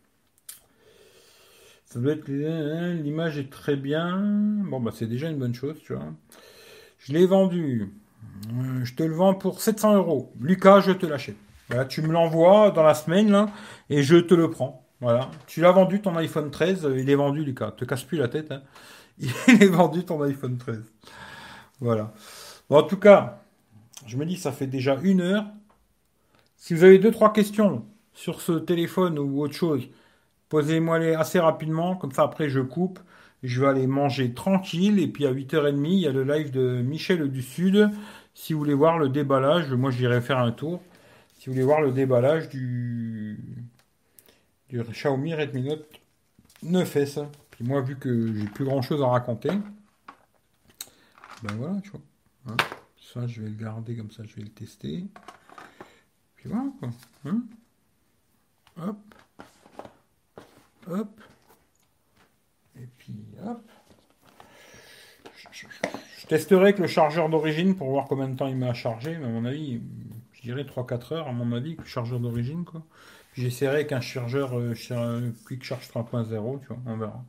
ça doit être, l'image est très bien. Bon, bah, c'est déjà une bonne chose, tu vois. Je l'ai vendu. Je te le vends pour 700 euros. Lucas, je te l'achète. Voilà, tu me l'envoies dans la semaine, là, et je te le prends. Voilà. Tu l'as vendu ton iPhone 13, il est vendu, Lucas. Te casse plus la tête, hein. Il est vendu ton iPhone 13. Voilà. Bon, en tout cas, je me dis, ça fait déjà 1 heure. Si vous avez deux, trois questions sur ce téléphone ou autre chose, posez-moi-les assez rapidement. Comme ça, après, je coupe. Je vais aller manger tranquille. Et puis, à 8h30, il y a le live de Michel du Sud. Si vous voulez voir le déballage, moi, j'irai faire un tour. Si vous voulez voir le déballage du Xiaomi Redmi Note 9S. Puis moi, vu que j'ai plus grand-chose à raconter, ben voilà, tu vois. Hein. Ça, je vais le garder comme ça, je vais le tester. Puis voilà, quoi. Hein. Hop, hop, et puis hop. Je testerai avec le chargeur d'origine pour voir combien de temps il m'a chargé. Mais à mon avis, je dirais 3-4 heures, à mon avis, le chargeur d'origine, quoi. Puis j'essaierai avec un chargeur Quick Charge 3.0, tu vois, on verra.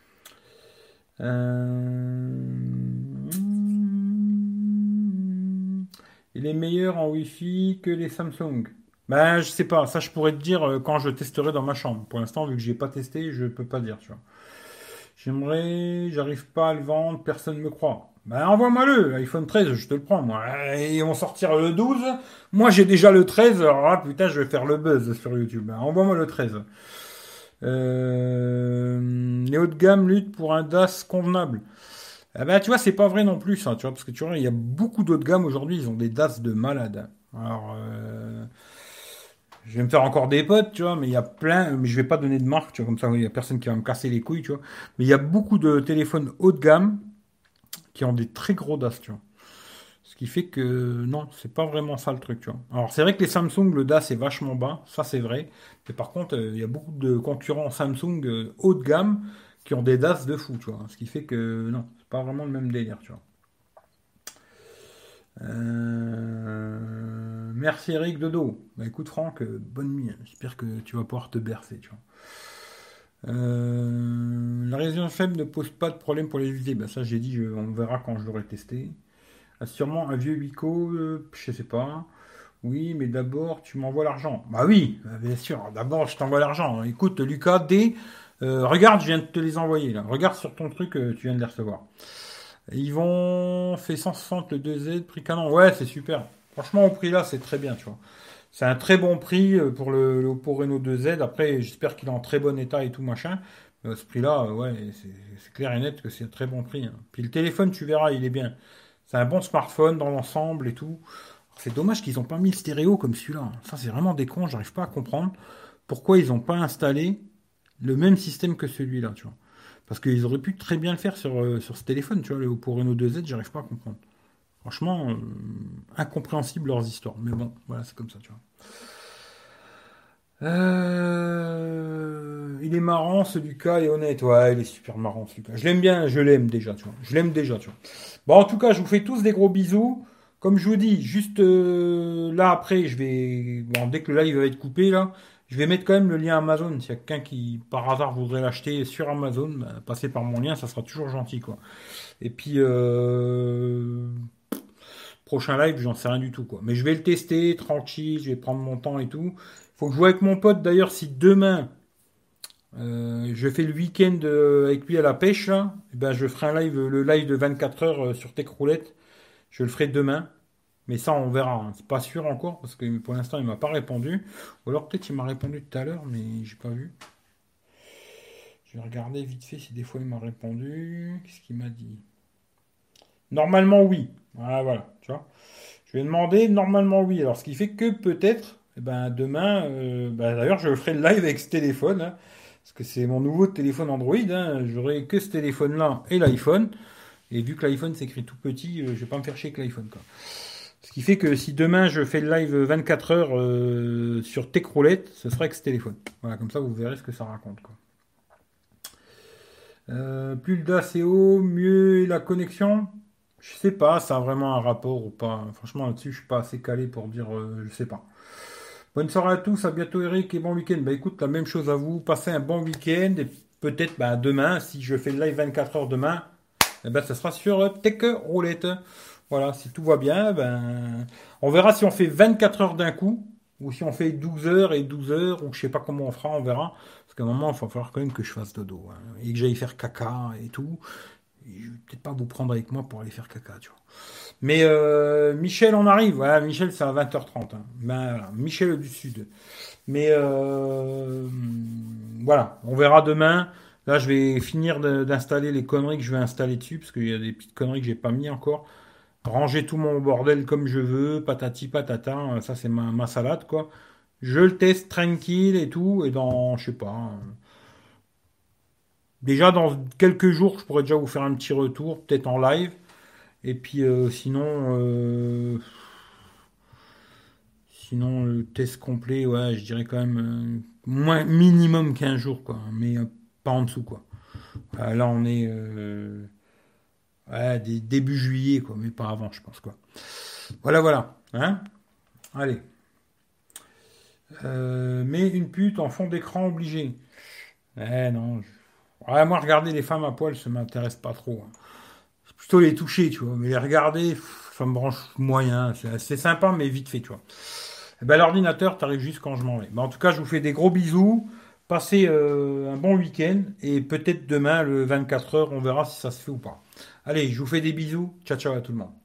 Il est meilleur en Wi-Fi que les Samsung. Ben, je sais pas, ça je pourrais te dire quand je testerai dans ma chambre. Pour l'instant, vu que j'ai pas testé, je peux pas dire, tu vois. J'arrive pas à le vendre, personne me croit. Ben, envoie-moi-le, iPhone 13, je te le prends, moi. Et ils vont sortir le 12. Moi, j'ai déjà le 13, alors là, putain, je vais faire le buzz sur YouTube. Ben, envoie-moi le 13. Les hauts de gamme luttent pour un DAS convenable. Eh ben, tu vois, c'est pas vrai non plus, ça, tu vois, parce que tu vois, il y a beaucoup d'autres gammes aujourd'hui, ils ont des DAS de malades. Alors, je vais me faire encore des potes, tu vois, mais il y a plein, mais je vais pas donner de marque, tu vois, comme ça, il y a personne qui va me casser les couilles, tu vois. Mais il y a beaucoup de téléphones haut de gamme qui ont des très gros DAS, tu vois. Ce qui fait que non, c'est pas vraiment ça le truc, tu vois. Alors c'est vrai que les Samsung, le DAS est vachement bas, ça c'est vrai. Mais par contre, il y a beaucoup de concurrents Samsung haut de gamme qui ont des DAS de fou, tu vois. Ce qui fait que non, c'est pas vraiment le même délire, tu vois. Merci Eric Dodo. Bah écoute Franck, bonne nuit. J'espère que tu vas pouvoir te bercer, tu vois. La résonance faible ne pose pas de problème pour les UV. Bah ça j'ai dit, on verra quand je l'aurai testé. Ah, sûrement un vieux Wico, je sais pas. Oui, mais d'abord, tu m'envoies l'argent. Bah oui, bien sûr. D'abord, je t'envoie l'argent. Écoute, Lucas, regarde, je viens de te les envoyer, là. Regarde sur ton truc, tu viens de les recevoir. Ils vont fait 160 le 2Z, prix canon. Ouais, c'est super. Franchement, au prix là, c'est très bien, tu vois. C'est un très bon prix pour le Oppo Reno 2Z. Après, j'espère qu'il est en très bon état et tout, machin. Mais à ce prix-là, ouais, c'est clair et net que c'est un très bon prix. Hein. Puis le téléphone, tu verras, il est bien. C'est un bon smartphone dans l'ensemble et tout. C'est dommage qu'ils n'ont pas mis le stéréo comme celui-là. Ça, c'est vraiment des cons. J'arrive pas à comprendre pourquoi ils n'ont pas installé le même système que celui-là, tu vois. Parce qu'ils auraient pu très bien le faire sur ce téléphone, tu vois. Le Oppo Reno 2Z, j'arrive pas à comprendre. Franchement, incompréhensible leurs histoires. Mais bon, voilà, c'est comme ça, tu vois. Il est marrant, ce Lucas est honnête. Ouais, il est super marrant, ce Lucas. Je l'aime bien, je l'aime déjà, tu vois. Je l'aime déjà, tu vois. Bon, en tout cas, je vous fais tous des gros bisous. Comme je vous dis, juste là après, je vais. Bon, dès que le live va être coupé, là, je vais mettre quand même le lien Amazon. S'il y a quelqu'un qui, par hasard, voudrait l'acheter sur Amazon, bah, passez par mon lien, ça sera toujours gentil, quoi. Et puis, prochain live, j'en sais rien du tout, quoi. Mais je vais le tester, tranquille, je vais prendre mon temps et tout. Faut que je vois avec mon pote, d'ailleurs, si demain. Je fais le week-end avec lui à la pêche, là. Eh ben, je ferai un live, le live de 24 heures sur Tech Roulette. Je le ferai demain. Mais ça, on verra, hein. C'est pas sûr encore, parce que pour l'instant, il m'a pas répondu. Ou alors peut-être il m'a répondu tout à l'heure, mais j'ai pas vu. Je vais regarder vite fait si des fois il m'a répondu. Qu'est-ce qu'il m'a dit? Normalement, oui. Voilà, voilà, tu vois. Je vais demander normalement oui. Alors, ce qui fait que peut-être, eh ben, demain, d'ailleurs, je ferai le live avec ce téléphone, hein, parce que c'est mon nouveau téléphone Android. Hein. J'aurai que ce téléphone-là et l'iPhone. Et vu que l'iPhone s'écrit tout petit, je vais pas me faire chier avec l'iPhone, quoi. Ce qui fait que si demain je fais le live 24 heures sur Techroulette, ce sera avec ce téléphone. Voilà, comme ça vous verrez ce que ça raconte, quoi. Plus le DACO, mieux la connexion. Je sais pas, ça a vraiment un rapport ou pas. Franchement, là-dessus, je suis pas assez calé pour dire, je sais pas. Bonne soirée à tous, à bientôt Eric et bon week-end. Bah écoute, la même chose à vous. Passez un bon week-end et peut-être bah, demain, si je fais le live 24 heures demain, eh ben, ça sera sur Tech Roulette. Voilà, si tout va bien, ben, on verra si on fait 24 heures d'un coup ou si on fait 12 heures et 12 heures ou je sais pas comment on fera, on verra. Parce qu'à un moment, il va falloir quand même que je fasse dodo, hein, et que j'aille faire caca et tout. Et je vais peut-être pas vous prendre avec moi pour aller faire caca, tu vois. Mais Michel, on arrive. Voilà, Michel, c'est à 20h30. Hein. Ben, voilà, Michel du Sud. Mais voilà, on verra demain. Là, je vais finir d'installer les conneries que je vais installer dessus, parce qu'il y a des petites conneries que j'ai pas mis encore. Ranger tout mon bordel comme je veux, patati patata. Ça, c'est ma salade, quoi. Je le teste tranquille et tout, et dans, je sais pas. Déjà, dans quelques jours, je pourrais déjà vous faire un petit retour, peut-être en live. Et puis, sinon, le test complet, ouais, je dirais quand même moins minimum 15 jours, quoi. Mais pas en dessous, quoi. Là, on est ouais, début juillet, quoi, mais pas avant, je pense, quoi. Voilà, voilà. Hein? Allez. Mais une pute en fond d'écran obligé. Non. Ouais, moi, regarder les femmes à poil, ça m'intéresse pas trop, hein. C'est plutôt les toucher, tu vois. Mais les regarder, ça me branche moyen. C'est sympa, mais vite fait, tu vois. Eh ben, l'ordinateur, t'arrives juste quand je m'en vais. Ben, en tout cas, je vous fais des gros bisous. Passez un bon week-end. Et peut-être demain, le 24 heures, on verra si ça se fait ou pas. Allez, je vous fais des bisous. Ciao, ciao à tout le monde.